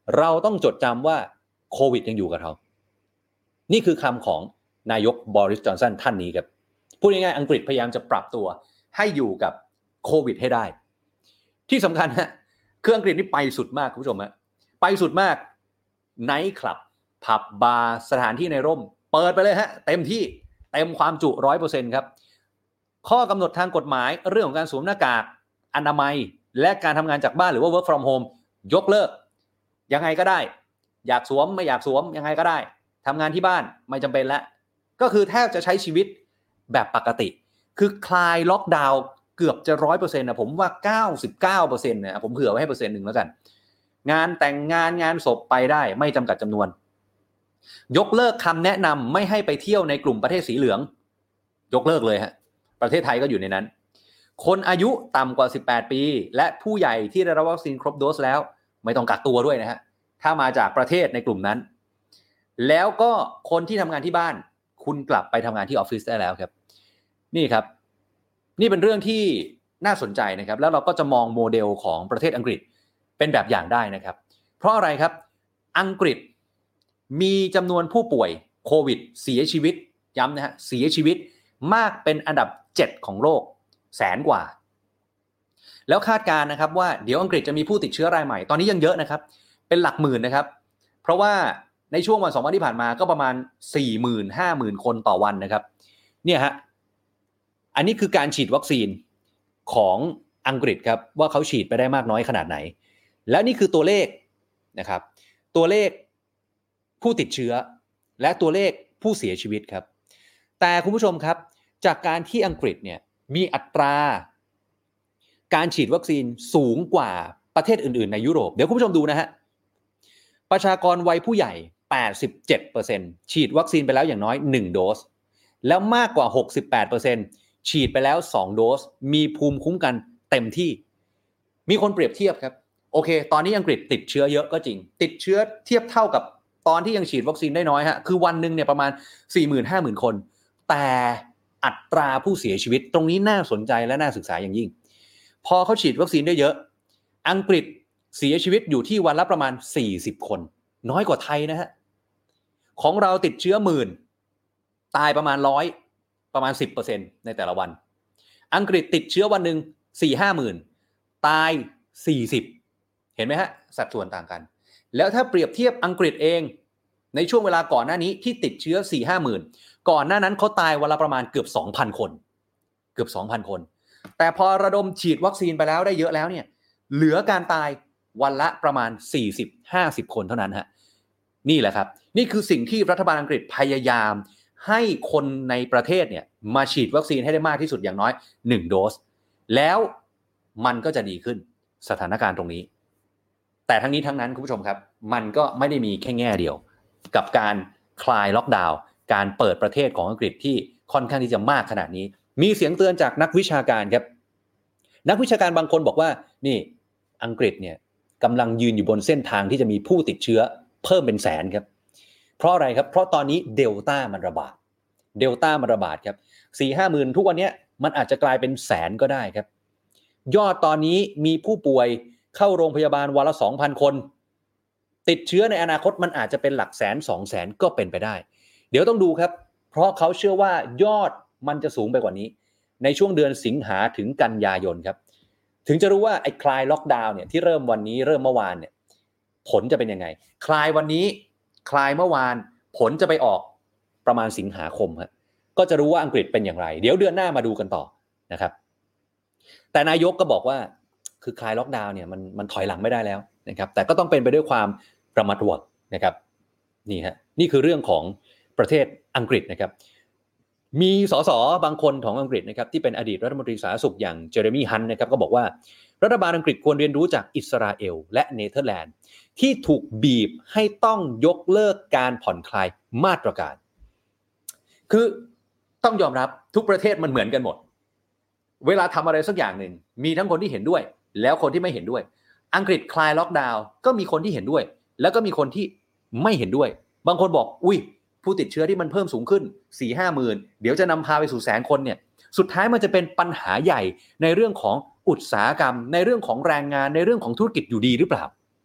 เราต้องจดจำว่าโควิดยังอยู่กับเรานี่คือคำของนายกบอริสจอนสันท่านนี้ครับพูดง่ายๆอังกฤษพยายามจะปรับตัวให้อยู่กับโควิดให้ได้ที่สำคัญฮะคืออังกฤษนี่ไปสุดมากคุณผู้ชมฮะไปสุดมากไนท์คลับผับบาร์สถานที่ในร่มเปิดไปเลยฮะเต็มที่เต็มความจุ ร้อยเปอร์เซ็นต์ ครับข้อกำหนดทางกฎหมายเรื่องของการสวมหน้ากากอนามัยและการทำงานจากบ้านหรือว่า work from home ยกเลิกยังไงก็ได้อยากสวมไม่อยากสวมยังไงก็ได้ทำงานที่บ้านไม่จำเป็นแล้วก็คือแทบจะใช้ชีวิตแบบปกติคือคลายล็อกดาวน์เกือบจะ ร้อยเปอร์เซ็นต์ นะผมว่า เก้าสิบเก้าเปอร์เซ็นต์ นะผมเผื่อไว้ให้เปอร์เซ็นต์นึงแล้วกันงานแต่งงานงานศพไปได้ไม่จำกัดจำนวนยกเลิกคำแนะนำไม่ให้ไปเที่ยวในกลุ่มประเทศสีเหลืองยกเลิกเลยฮะประเทศไทยก็อยู่ในนั้นคนอายุต่ำกว่าสิบแปดปีและผู้ใหญ่ที่ได้รับวัคซีนครบโดสแล้วไม่ต้องกักตัวด้วยนะฮะถ้ามาจากประเทศในกลุ่มนั้นแล้วก็คนที่ทำงานที่บ้านคุณกลับไปทำงานที่ออฟฟิศได้แล้วครับนี่ครับนี่เป็นเรื่องที่น่าสนใจนะครับแล้วเราก็จะมองโมเดลของประเทศอังกฤษเป็นแบบอย่างได้นะครับเพราะอะไรครับอังกฤษมีจำนวนผู้ป่วยโควิดเสียชีวิตย้ำนะฮะเสียชีวิตมากเป็นอันดับเจ็ดของโลกแสนกว่าแล้วคาดการณ์นะครับว่าเดี๋ยวอังกฤษจะมีผู้ติดเชื้อรายใหม่ตอนนี้ยังเยอะนะครับเป็นหลักหมื่นนะครับเพราะว่าในช่วงวันสองวันที่ผ่านมาก็ประมาณ สี่หมื่น ห้าหมื่น คนต่อวันนะครับเนี่ยฮะอันนี้คือการฉีดวัคซีนของอังกฤษครับว่าเขาฉีดไปได้มากน้อยขนาดไหนแล้วนี่คือตัวเลขนะครับตัวเลขผู้ติดเชื้อและตัวเลขผู้เสียชีวิตครับแต่คุณผู้ชมครับจากการที่อังกฤษเนี่ยมีอัตราการฉีดวัคซีนสูงกว่าประเทศอื่นๆในยุโรปเดี๋ยวคุณผู้ชมดูนะฮะประชากรวัยผู้ใหญ่ แปดสิบเจ็ดเปอร์เซ็นต์ ฉีดวัคซีนไปแล้วอย่างน้อยหนึ่งโดสแล้วมากกว่า หกสิบแปดเปอร์เซ็นต์ ฉีดไปแล้วสองโดสมีภูมิคุ้มกันเต็มที่มีคนเปรียบเทียบครับโอเคตอนนี้อังกฤษติดเชื้อเยอะก็จริงติดเชื้อเทียบเท่ากับตอนที่ยังฉีดวัคซีนได้น้อยฮะคือวันนึงเนี่ยประมาณ สี่หมื่น ห้าหมื่น คนแต่อัตราผู้เสียชีวิตตรงนี้น่าสนใจและน่าศึกษาอย่างยิ่งพอเขาฉีดวัคซีนได้เยอะอังกฤษเสียชีวิตอยู่ที่วันละประมาณสี่สิบคนน้อยกว่าไทยนะฮะของเราติดเชื้อหมื่นตายประมาณร้อยประมาณ สิบเปอร์เซ็นต์ ในแต่ละวันอังกฤษติดเชื้อวันนึง สี่ห้าหมื่น ตายสี่สิบเห็นไหมฮะสัดส่วนต่างกันแล้วถ้าเปรียบเทียบอังกฤษเองในช่วงเวลาก่อนหน้านี้ที่ติดเชื้อ สี่ห้าหมื่น ก่อนหน้านั้นเขาตายวันละประมาณเกือบ สองพัน คนเกือบ สองพัน คนแต่พอระดมฉีดวัคซีนไปแล้วได้เยอะแล้วเนี่ยเหลือการตายวันละประมาณ สี่สิบ ห้าสิบ คนเท่านั้นฮะนี่แหละครับนี่คือสิ่งที่รัฐบาลอังกฤษพยายามให้คนในประเทศเนี่ยมาฉีดวัคซีนให้ได้มากที่สุดอย่างน้อยหนึ่งโดสแล้วมันก็จะดีขึ้นสถานการณ์ตรงนี้แต่ทั้งนี้ทั้งนั้นคุณผู้ชมครับมันก็ไม่ได้มีแค่แง่เดียวกับการคลายล็อกดาวน์การเปิดประเทศของอังกฤษที่ค่อนข้างที่จะมากขนาดนี้มีเสียงเตือนจากนักวิชาการครับนักวิชาการบางคนบอกว่านี่อังกฤษเนี่ยกำลังยืนอยู่บนเส้นทางที่จะมีผู้ติดเชื้อเพิ่มเป็นแสนครับเพราะอะไรครับเพราะตอนนี้เดลต้ามันระบาดเดลต้ามันระบาดครับ สี่ห้าหมื่น ทุกวันนี้มันอาจจะกลายเป็นแสนก็ได้ครับยอดตอนนี้มีผู้ป่วยเข้าโรงพยาบาลวันละ สองพัน คนติดเชื้อในอนาคตมันอาจจะเป็นหลักแสน สองแสนก็เป็นไปได้เดี๋ยวต้องดูครับเพราะเขาเชื่อว่ายอดมันจะสูงไปกว่านี้ในช่วงเดือนสิงหาถึงกันยายนครับถึงจะรู้ว่าไอ้คลายล็อกดาวน์เนี่ยที่เริ่มวันนี้เริ่มเมื่อวานเนี่ยผลจะเป็นยังไงคลายวันนี้คลายเมื่อวานผลจะไปออกประมาณสิงหาคมฮะก็จะรู้ว่าอังกฤษเป็นอย่างไรเดี๋ยวเดือนหน้ามาดูกันต่อนะครับแต่นายกก็บอกว่าคือคลายล็อกดาวน์เนี่ยมันมันถอยหลังไม่ได้แล้วนะครับแต่ก็ต้องเป็นไปด้วยความระมัดระวังนะครับนี่ฮะนี่คือเรื่องของประเทศอังกฤษนะครับมีสสบางคนของอังกฤษนะครับที่เป็นอดีตรัฐมนตรีสาธารณสุขอย่างเจเรมี่ฮันต์นะครับก็บอกว่ารัฐบาลอังกฤษควรเรียนรู้จากอิสราเอลและเนเธอร์แลนด์ที่ถูกบีบให้ต้องยกเลิกการผ่อนคลายมาตรการคือต้องยอมรับทุกประเทศมันเหมือนกันหมดเวลาทำอะไรสักอย่างหนึ่งมีทั้งคนที่เห็นด้วยแล้วคนที่ไม่เห็นด้วยอังกฤษคลายล็อกดาวน์ก็มีคนที่เห็นด้วยแล้วก็มีคนที่ไม่เห็นด้วยบางคนบอกอุ้ยผู้ติดเชื้อที่มันเพิ่มสูงขึ้น สี่ห้าหมื่น เดี๋ยวจะนำพาไปสู่แสนคนเนี่ยสุดท้ายมันจะเป็นปัญหาใหญ่ในเรื่องของอุตสาหกรรมในเรื่องของแรงงานในเรื่องของธุรกิจอยู่ดีหรือเปล่า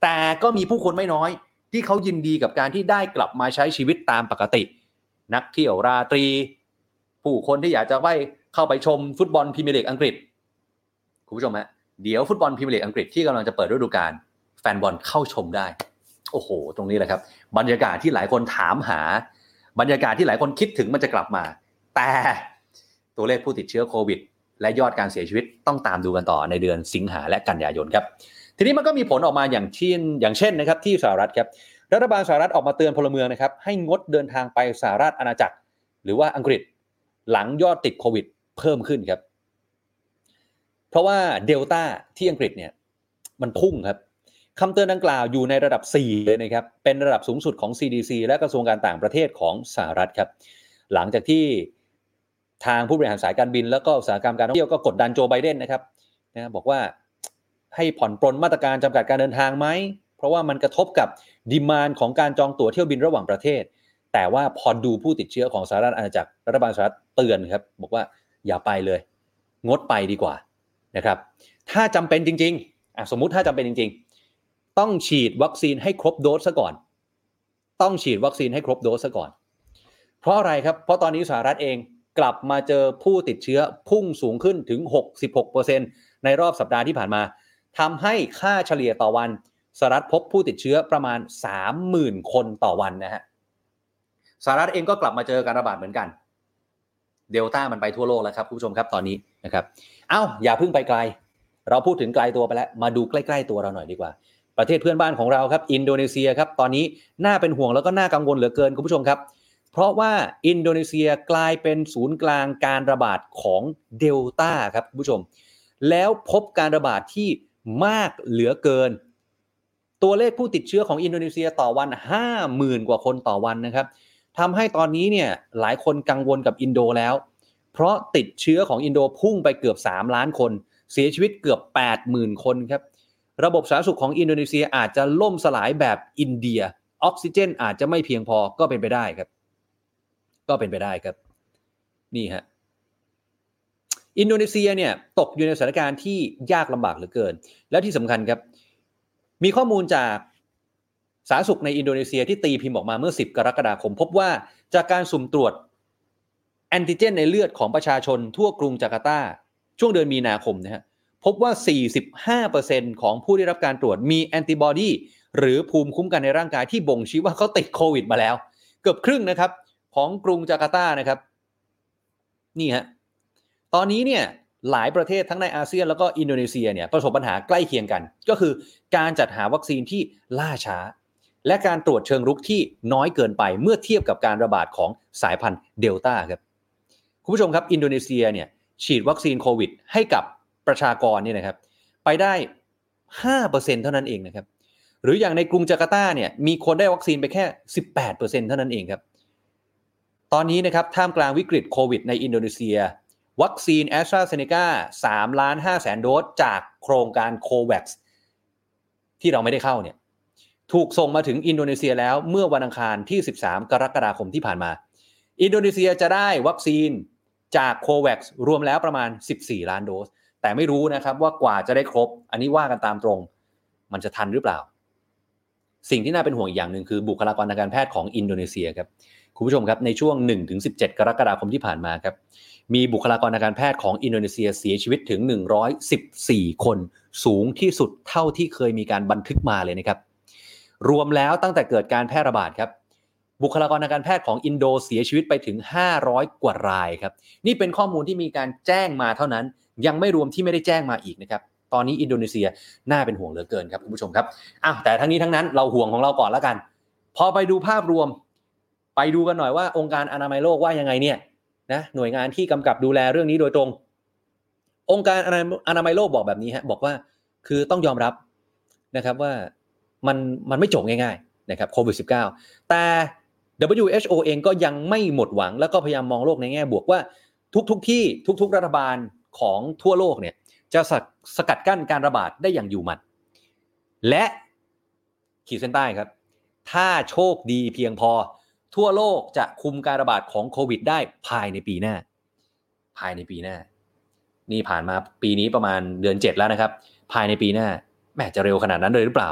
แต่ก็มีผู้คนไม่น้อยที่เขายินดีกับการที่ได้กลับมาใช้ชีวิตตามปกตินักเที่ยวราตรีผู้คนที่อยากจะไปเข้าไปชมฟุตบอลพรีเมียร์ลีกอังกฤษคุณผู้ชมฮะเดี๋ยวฟุตบอลพรีเมียร์ลีกอังกฤษที่กำลังจะเปิดฤดูกาลแฟนบอลเข้าชมได้โอ้โหตรงนี้แหละครับบรรยากาศที่หลายคนถามหาบรรยากาศที่หลายคนคิดถึงมันจะกลับมาแต่ตัวเลขผู้ติดเชื้อโควิดและยอดการเสียชีวิตต้องตามดูกันต่อในเดือนสิงหาและกันยายนครับทีนี้มันก็มีผลออกมาอย่างเช่นอย่างเช่นนะครับที่สหรัฐครับรัฐบาลสหรัฐออกมาเตือนพลเมืองนะครับให้งดเดินทางไปสหราชอาณาจักรหรือว่าอังกฤษหลังยอดติดโควิดเพิ่มขึ้นครับเพราะว่าเดลต้าที่อังกฤษเนี่ยมันพุ่งครับคำเตือนดังกล่าวอยู่ในระดับสี่เลยนะครับเป็นระดับสูงสุดของ ซี ดี ซี และกระทรวงการต่างประเทศของสหรัฐครับหลังจากที่ทางผู้บริหารสายการบินแล้วก็อุตสาหกรรมการท่องเที่ยวก็กดดันโจไบเดนนะครับนะบอกว่าให้ผ่อนปรนมาตรการจำกัดการเดินทางไหมเพราะว่ามันกระทบกับดีมานด์ของการจองตั๋วเที่ยวบินระหว่างประเทศแต่ว่าพอดูผู้ติดเชื้อของสหรัฐอาณาจักรรัฐบาลสหรัฐเตือนครับบอกว่าอย่าไปเลยงดไปดีกว่านะครับถ้าจำเป็นจริงๆอ่ะสมมุติถ้าจำเป็นจริงๆต้องฉีดวัคซีนให้ครบโดสซะก่อนต้องฉีดวัคซีนให้ครบโดสซะก่อนเพราะอะไรครับเพราะตอนนี้สหรัฐเองกลับมาเจอผู้ติดเชื้อพุ่งสูงขึ้นถึง หกสิบหกเปอร์เซ็นต์ ในรอบสัปดาห์ที่ผ่านมาทำให้ค่าเฉลี่ยต่อวันสหรัฐพบผู้ติดเชื้อประมาณ สามหมื่น คนต่อวันนะฮะสหรัฐเองก็กลับมาเจอการระบาดเหมือนกันเดลต้ามันไปทั่วโลกแล้วครับคุณผู้ชมครับตอนนี้นะครับเอ้าอย่าเพิ่งไปไกลเราพูดถึงไกลตัวไปแล้วมาดูใกล้ๆตัวเราหน่อยดีกว่าประเทศเพื่อนบ้านของเราครับอินโดนีเซียครับตอนนี้น่าเป็นห่วงแล้วก็น่ากังวลเหลือเกินคุณผู้ชมครับเพราะว่าอินโดนีเซียกลายเป็นศูนย์กลางการระบาดของเดลต้าครับคุณผู้ชมแล้วพบการระบาดที่มากเหลือเกินตัวเลขผู้ติดเชื้อของอินโดนีเซียต่อวัน ห้าหมื่น กว่าคนต่อวันนะครับทำให้ตอนนี้เนี่ยหลายคนกังวลกับอินโดแล้วเพราะติดเชื้อของอินโดพุ่งไปเกือบสามล้านคนเสียชีวิตเกือบ แปดหมื่น คนครับระบบสาธารณสุขของอินโดนีเซียอาจจะล่มสลายแบบอินเดียออกซิเจนอาจจะไม่เพียงพอก็เป็นไปได้ครับก็เป็นไปได้ครับนี่ฮะอินโดนีเซียเนี่ยตกอยู่ในสถานการณ์ที่ยากลำบากเหลือเกินและที่สำคัญครับมีข้อมูลจากสาธารณสุขในอินโดนีเซียที่ตีพิมพ์ออกมาเมื่อสิบกรกฎาคมพบว่าจากการสุ่มตรวจแอนติเจนในเลือดของประชาชนทั่วกรุงจาการ์ตาช่วงเดือนมีนาคมนะฮะพบว่า สี่สิบห้าเปอร์เซ็นต์ ของผู้ได้รับการตรวจมีแอนติบอดีหรือภูมิคุ้มกันในร่างกายที่บ่งชี้ว่าเขาติดโควิดมาแล้วเกือบครึ่งนะครับของกรุงจาการ์ตานะครับนี่ฮะตอนนี้เนี่ยหลายประเทศทั้งในอาเซียนแล้วก็อินโดนีเซียเนี่ยประสบปัญหาใกล้เคียงกันก็คือการจัดหาวัคซีนที่ล่าช้าและการตรวจเชิงรุกที่น้อยเกินไปเมื่อเทียบกับการระบาดของสายพันธุ์เดลต้าครับคุณผู้ชมครับอินโดนีเซียเนี่ยฉีดวัคซีนโควิดให้กับประชากรเนี่ยนะครับไปได้ ห้าเปอร์เซ็นต์ เท่านั้นเองนะครับหรืออย่างในกรุงจาการ์ตาเนี่ยมีคนได้วัคซีนไปแค่ สิบแปดเปอร์เซ็นต์ เท่านั้นเองครับตอนนี้นะครับท่ามกลางวิกฤตโควิดในอินโดนีเซียวัคซีน AstraZeneca สามล้านห้าแสนโดสจากโครงการ COVAX ที่เราไม่ได้เข้าเนี่ยถูกส่งมาถึงอินโดนีเซียแล้วเมื่อวันอังคารที่สิบสามกรกฎาคมที่ผ่านมาอินโดนีเซียจะได้วัคซีนจาก COVAX รวมแล้วประมาณสิบสี่ล้านโดสแต่ไม่รู้นะครับว่ากว่าจะได้ครบอันนี้ว่ากันตามตรงมันจะทันหรือเปล่าสิ่งที่น่าเป็นห่วงอีกอย่างนึงคือบุคลากรทางการแพทย์ของอินโดนีเซียครับคุณผู้ชมครับในช่วง หนึ่งถึงสิบเจ็ด กรกฎาคมที่ผ่านมาครับมีบุคลากรทางการแพทย์ของอินโดนีเซียเสียชีวิตถึงหนึ่งร้อยสิบสี่คนสูงที่สุดเท่าที่เคยมีการบันทึกมาเลยนะครับรวมแล้วตั้งแต่เกิดการแพร่ระบาดครับบุคลากรทางการแพทย์ของอินโดเสียชีวิตไปถึงห้าร้อยกว่ารายครับนี่เป็นข้อมูลที่มีการแจ้งมาเท่านั้นยังไม่รวมที่ไม่ได้แจ้งมาอีกนะครับตอนนี้อินโดนีเซียน่าเป็นห่วงเหลือเกินครับคุณผู้ชมครับอ้าวแต่ทั้งนี้ทั้งนั้นเราห่วงของเราก่อนแล้วกันพอไปดูภาพรวมไปดูกันหน่อยว่าองค์การอนามัยโลกว่ายังไงเนี่ยนะหน่วยงานที่กำกับดูแลเรื่องนี้โดยตรงองค์การอนามัยโลกบอกแบบนี้ฮะบอกว่าคือต้องยอมรับนะครับว่ามันมันไม่จบง่ายๆนะครับโควิด สิบเก้า แต่ ดับเบิลยู เอช โอ เองก็ยังไม่หมดหวังแล้วก็พยายามมองโลกในแง่บวกว่าทุกๆที่ทุกๆรัฐบาลของทั่วโลกเนี่ยจะสกัดกั้นการระบาดได้อย่างอยู่หมัดและขีดเส้นใต้ครับถ้าโชคดีเพียงพอทั่วโลกจะคุมการระบาดของโควิดได้ภายในปีหน้าภายในปีหน้านี่ผ่านมาปีนี้ประมาณเดือนเจ็ดแล้วนะครับภายในปีหน้าแหมจะเร็วขนาดนั้นเลยหรือเปล่า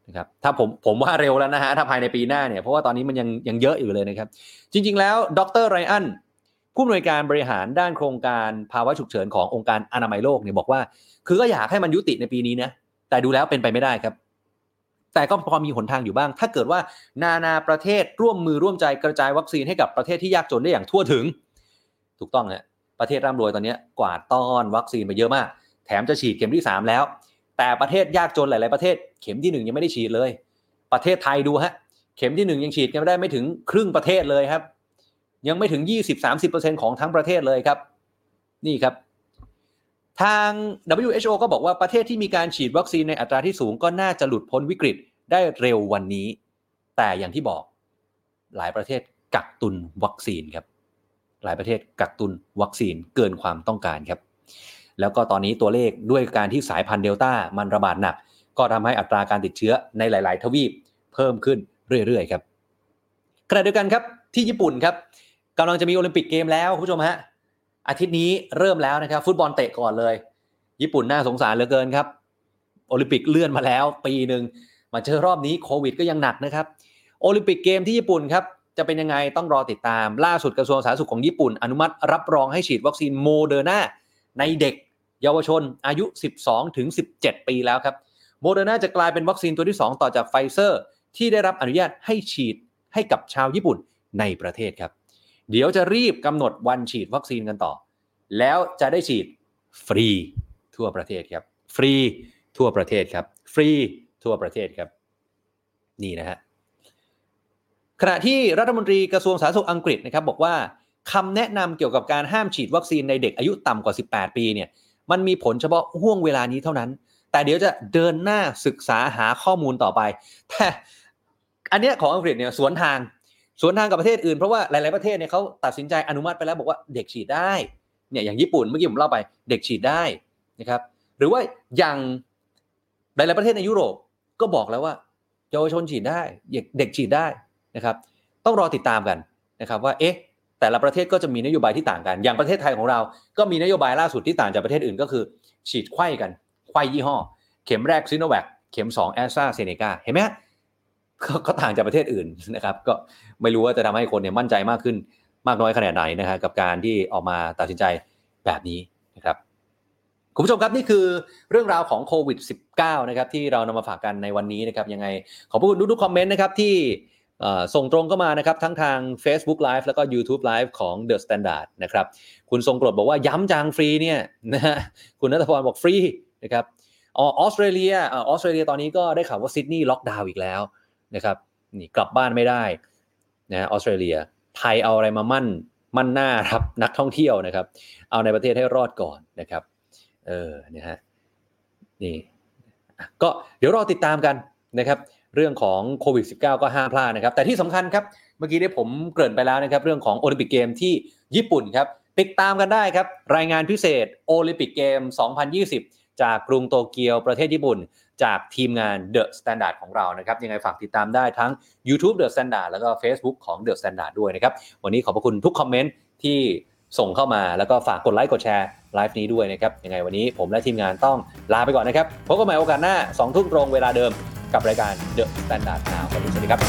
นะครับถ้าผมผมว่าเร็วแล้วนะฮะถ้าภายในปีหน้าเนี่ยเพราะว่าตอนนี้มันยังยังเยอะอยู่เลยนะครับจริงๆแล้วดรไรอันผู้อำนวยการบริหารด้านโครงการภาวะฉุกเฉินขององค์การอนามัยโลกเนี่ยบอกว่าคือก็อยากให้มันยุติในปีนี้นะแต่ดูแล้วเป็นไปไม่ได้ครับแต่ก็พอมีหนทางอยู่บ้างถ้าเกิดว่านานาประเทศร่วมมือร่วมใจกระจายวัคซีนให้กับประเทศที่ยากจนได้อย่างทั่วถึงถูกต้องฮะประเทศร่ำรวยตอนนี้กวาดต้อนวัคซีนไปเยอะมากแถมจะฉีดเข็มที่สามแล้วแต่ประเทศยากจนหลายๆประเทศเข็มที่หนึ่งยังไม่ได้ฉีดเลยประเทศไทยดูฮะเข็มที่หนึ่งยังฉีดกันไม่ได้ไม่ถึงครึ่งประเทศเลยครับยังไม่ถึง ยี่สิบถึงสามสิบเปอร์เซ็นต์ ของทั้งประเทศเลยครับนี่ครับทาง ดับเบิลยู เอช โอ ก็บอกว่าประเทศที่มีการฉีดวัคซีนในอัตราที่สูงก็น่าจะหลุดพ้นวิกฤตได้เร็ววันนี้แต่อย่างที่บอกหลายประเทศกักตุนวัคซีนครับหลายประเทศกักตุนวัคซีนเกินความต้องการครับแล้วก็ตอนนี้ตัวเลขด้วยการที่สายพันธุ์เดลต้ามันระบาดหนักก็ทำให้อัตราการติดเชื้อในหลายๆทวีปเพิ่มขึ้นเรื่อยๆครับขณะเดียวกันครับที่ญี่ปุ่นครับกำลังจะมีโอลิมปิกเกมแล้วคุณผู้ชมฮะอาทิตย์นี้เริ่มแล้วนะครับฟุตบอลเตะก่อนเลยญี่ปุ่นน่าสงสารเหลือเกินครับโอลิมปิกเลื่อนมาแล้วปีนึงมาเจอรอบนี้โควิดก็ยังหนักนะครับโอลิมปิกเกมที่ญี่ปุ่นครับจะเป็นยังไงต้องรอติดตามล่าสุดกระทรวงสาธารณสุขของญี่ปุ่นอนุมัติรับรองให้ฉีดวัคซีนโมเดอร์นาในเด็กเยาวชนอายุ สิบสองถึงสิบเจ็ด ปีแล้วครับโมเดอร์นาจะกลายเป็นวัคซีนตัวที่สองต่อจากไฟเซอร์ที่ได้รับอนุญาตให้ฉีดให้กับชาวญี่ปุ่นในประเทศครับเดี๋ยวจะรีบกำหนดวันฉีดวัคซีนกันต่อแล้วจะได้ฉีดฟรีทั่วประเทศครับฟรีทั่วประเทศครับฟรีทั่วประเทศครับนี่นะฮะขณะที่รัฐมนตรีกระทรวงสาธารณสุขอังกฤษนะครับบอกว่าคำแนะนำเกี่ยวกับการห้ามฉีดวัคซีนในเด็กอายุต่ำกว่าสิบแปดปีเนี่ยมันมีผลเฉพาะห่วงเวลานี้เท่านั้นแต่เดี๋ยวจะเดินหน้าศึกษาหาข้อมูลต่อไปแต่อันเนี้ยของอังกฤษเนี่ยสวนทางสวนทางกับประเทศอื่นเพราะว่าหลายๆประเทศเนี่ยเขาตัดสินใจอนุมัติไปแล้วบอกว่าเด็กฉีดได้เนี่ยอย่างญี่ปุ่นเมื่อกี้ผมเล่าไปเด็กฉีดได้นะครับหรือว่าอย่างหลายๆประเทศในยุโรปก็บอกแล้วว่าเยาวชนฉีดได้เด็กฉีดได้นะครับต้องรอติดตามกันนะครับว่าเอ๊ะแต่ละประเทศก็จะมีนโยบายที่ต่างกันอย่างประเทศไทยของเราก็มีนโยบายล่าสุดที่ต่างจากประเทศอื่นก็คือฉีดไข้กันไข้ยี่ห้อเข็มแรกซิโนแวคเข็มสองแอสตราเซเนกาเห็นไหมก็ต่างจากประเทศอื่นนะครับก็ไม่รู้ว่าจะทำให้คนเนี่ยมั่นใจมากขึ้นมากน้อยขนาดไหนนะครับกับการที่ออกมาตัดสินใจแบบนี้นะครับคุณผู้ชมครับนี่คือเรื่องราวของโควิด สิบเก้า นะครับที่เรานำมาฝากกันในวันนี้นะครับยังไงขอบคุณทุกๆคอมเมนต์นะครับที่ส่งตรงเข้ามานะครับทั้งทาง Facebook Live แล้วก็ YouTube Live ของ The Standard นะครับคุณทรงกรดบอกว่าย้ำจางฟรีเนี่ยนะฮะคุณณัฐพรบอกฟรีนะครับอ๋อออสเตรเลียออสเตรเลียตอนนี้ก็ได้ข่าวว่าซิดนีย์ล็อกดาวน์อีกแล้วนะครับนี่กลับบ้านไม่ได้นะออสเตรเลียไทยเอาอะไรมามั่นมั่นหน้าครับนักท่องเที่ยวนะครับเอาในประเทศให้รอดก่อนนะครับเออนะฮะนี่ก็เดี๋ยวรอติดตามกันนะครับเรื่องของโควิด สิบเก้า ก็ห้ามพลาดนะครับแต่ที่สำคัญครับเมื่อกี้ได้ผมเกริ่นไปแล้วนะครับเรื่องของโอลิมปิกเกมที่ญี่ปุ่นครับติดตามกันได้ครับรายงานพิเศษโอลิมปิกเกมสองพันยี่สิบจากกรุงโตเกียวประเทศญี่ปุ่นจากทีมงาน The Standard ของเรานะครับยังไงฝากติดตามได้ทั้ง YouTube The Standard แล้วก็ Facebook ของ The Standard ด้วยนะครับวันนี้ขอบพระคุณทุกคอมเมนต์ที่ส่งเข้ามาแล้วก็ฝากกดไลค์กดแชร์ไลฟ์นี้ด้วยนะครับยังไงวันนี้ผมและทีมงานต้องลาไปก่อนนะครับพบกันใหม่โอกาสหน้า สองทุ่มตรงเวลาเดิมกับรายการ The Standard Now สวัสดีครับ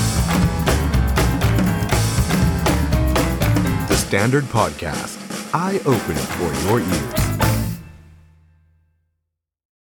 The Standard Podcast Eye Open for Your Ears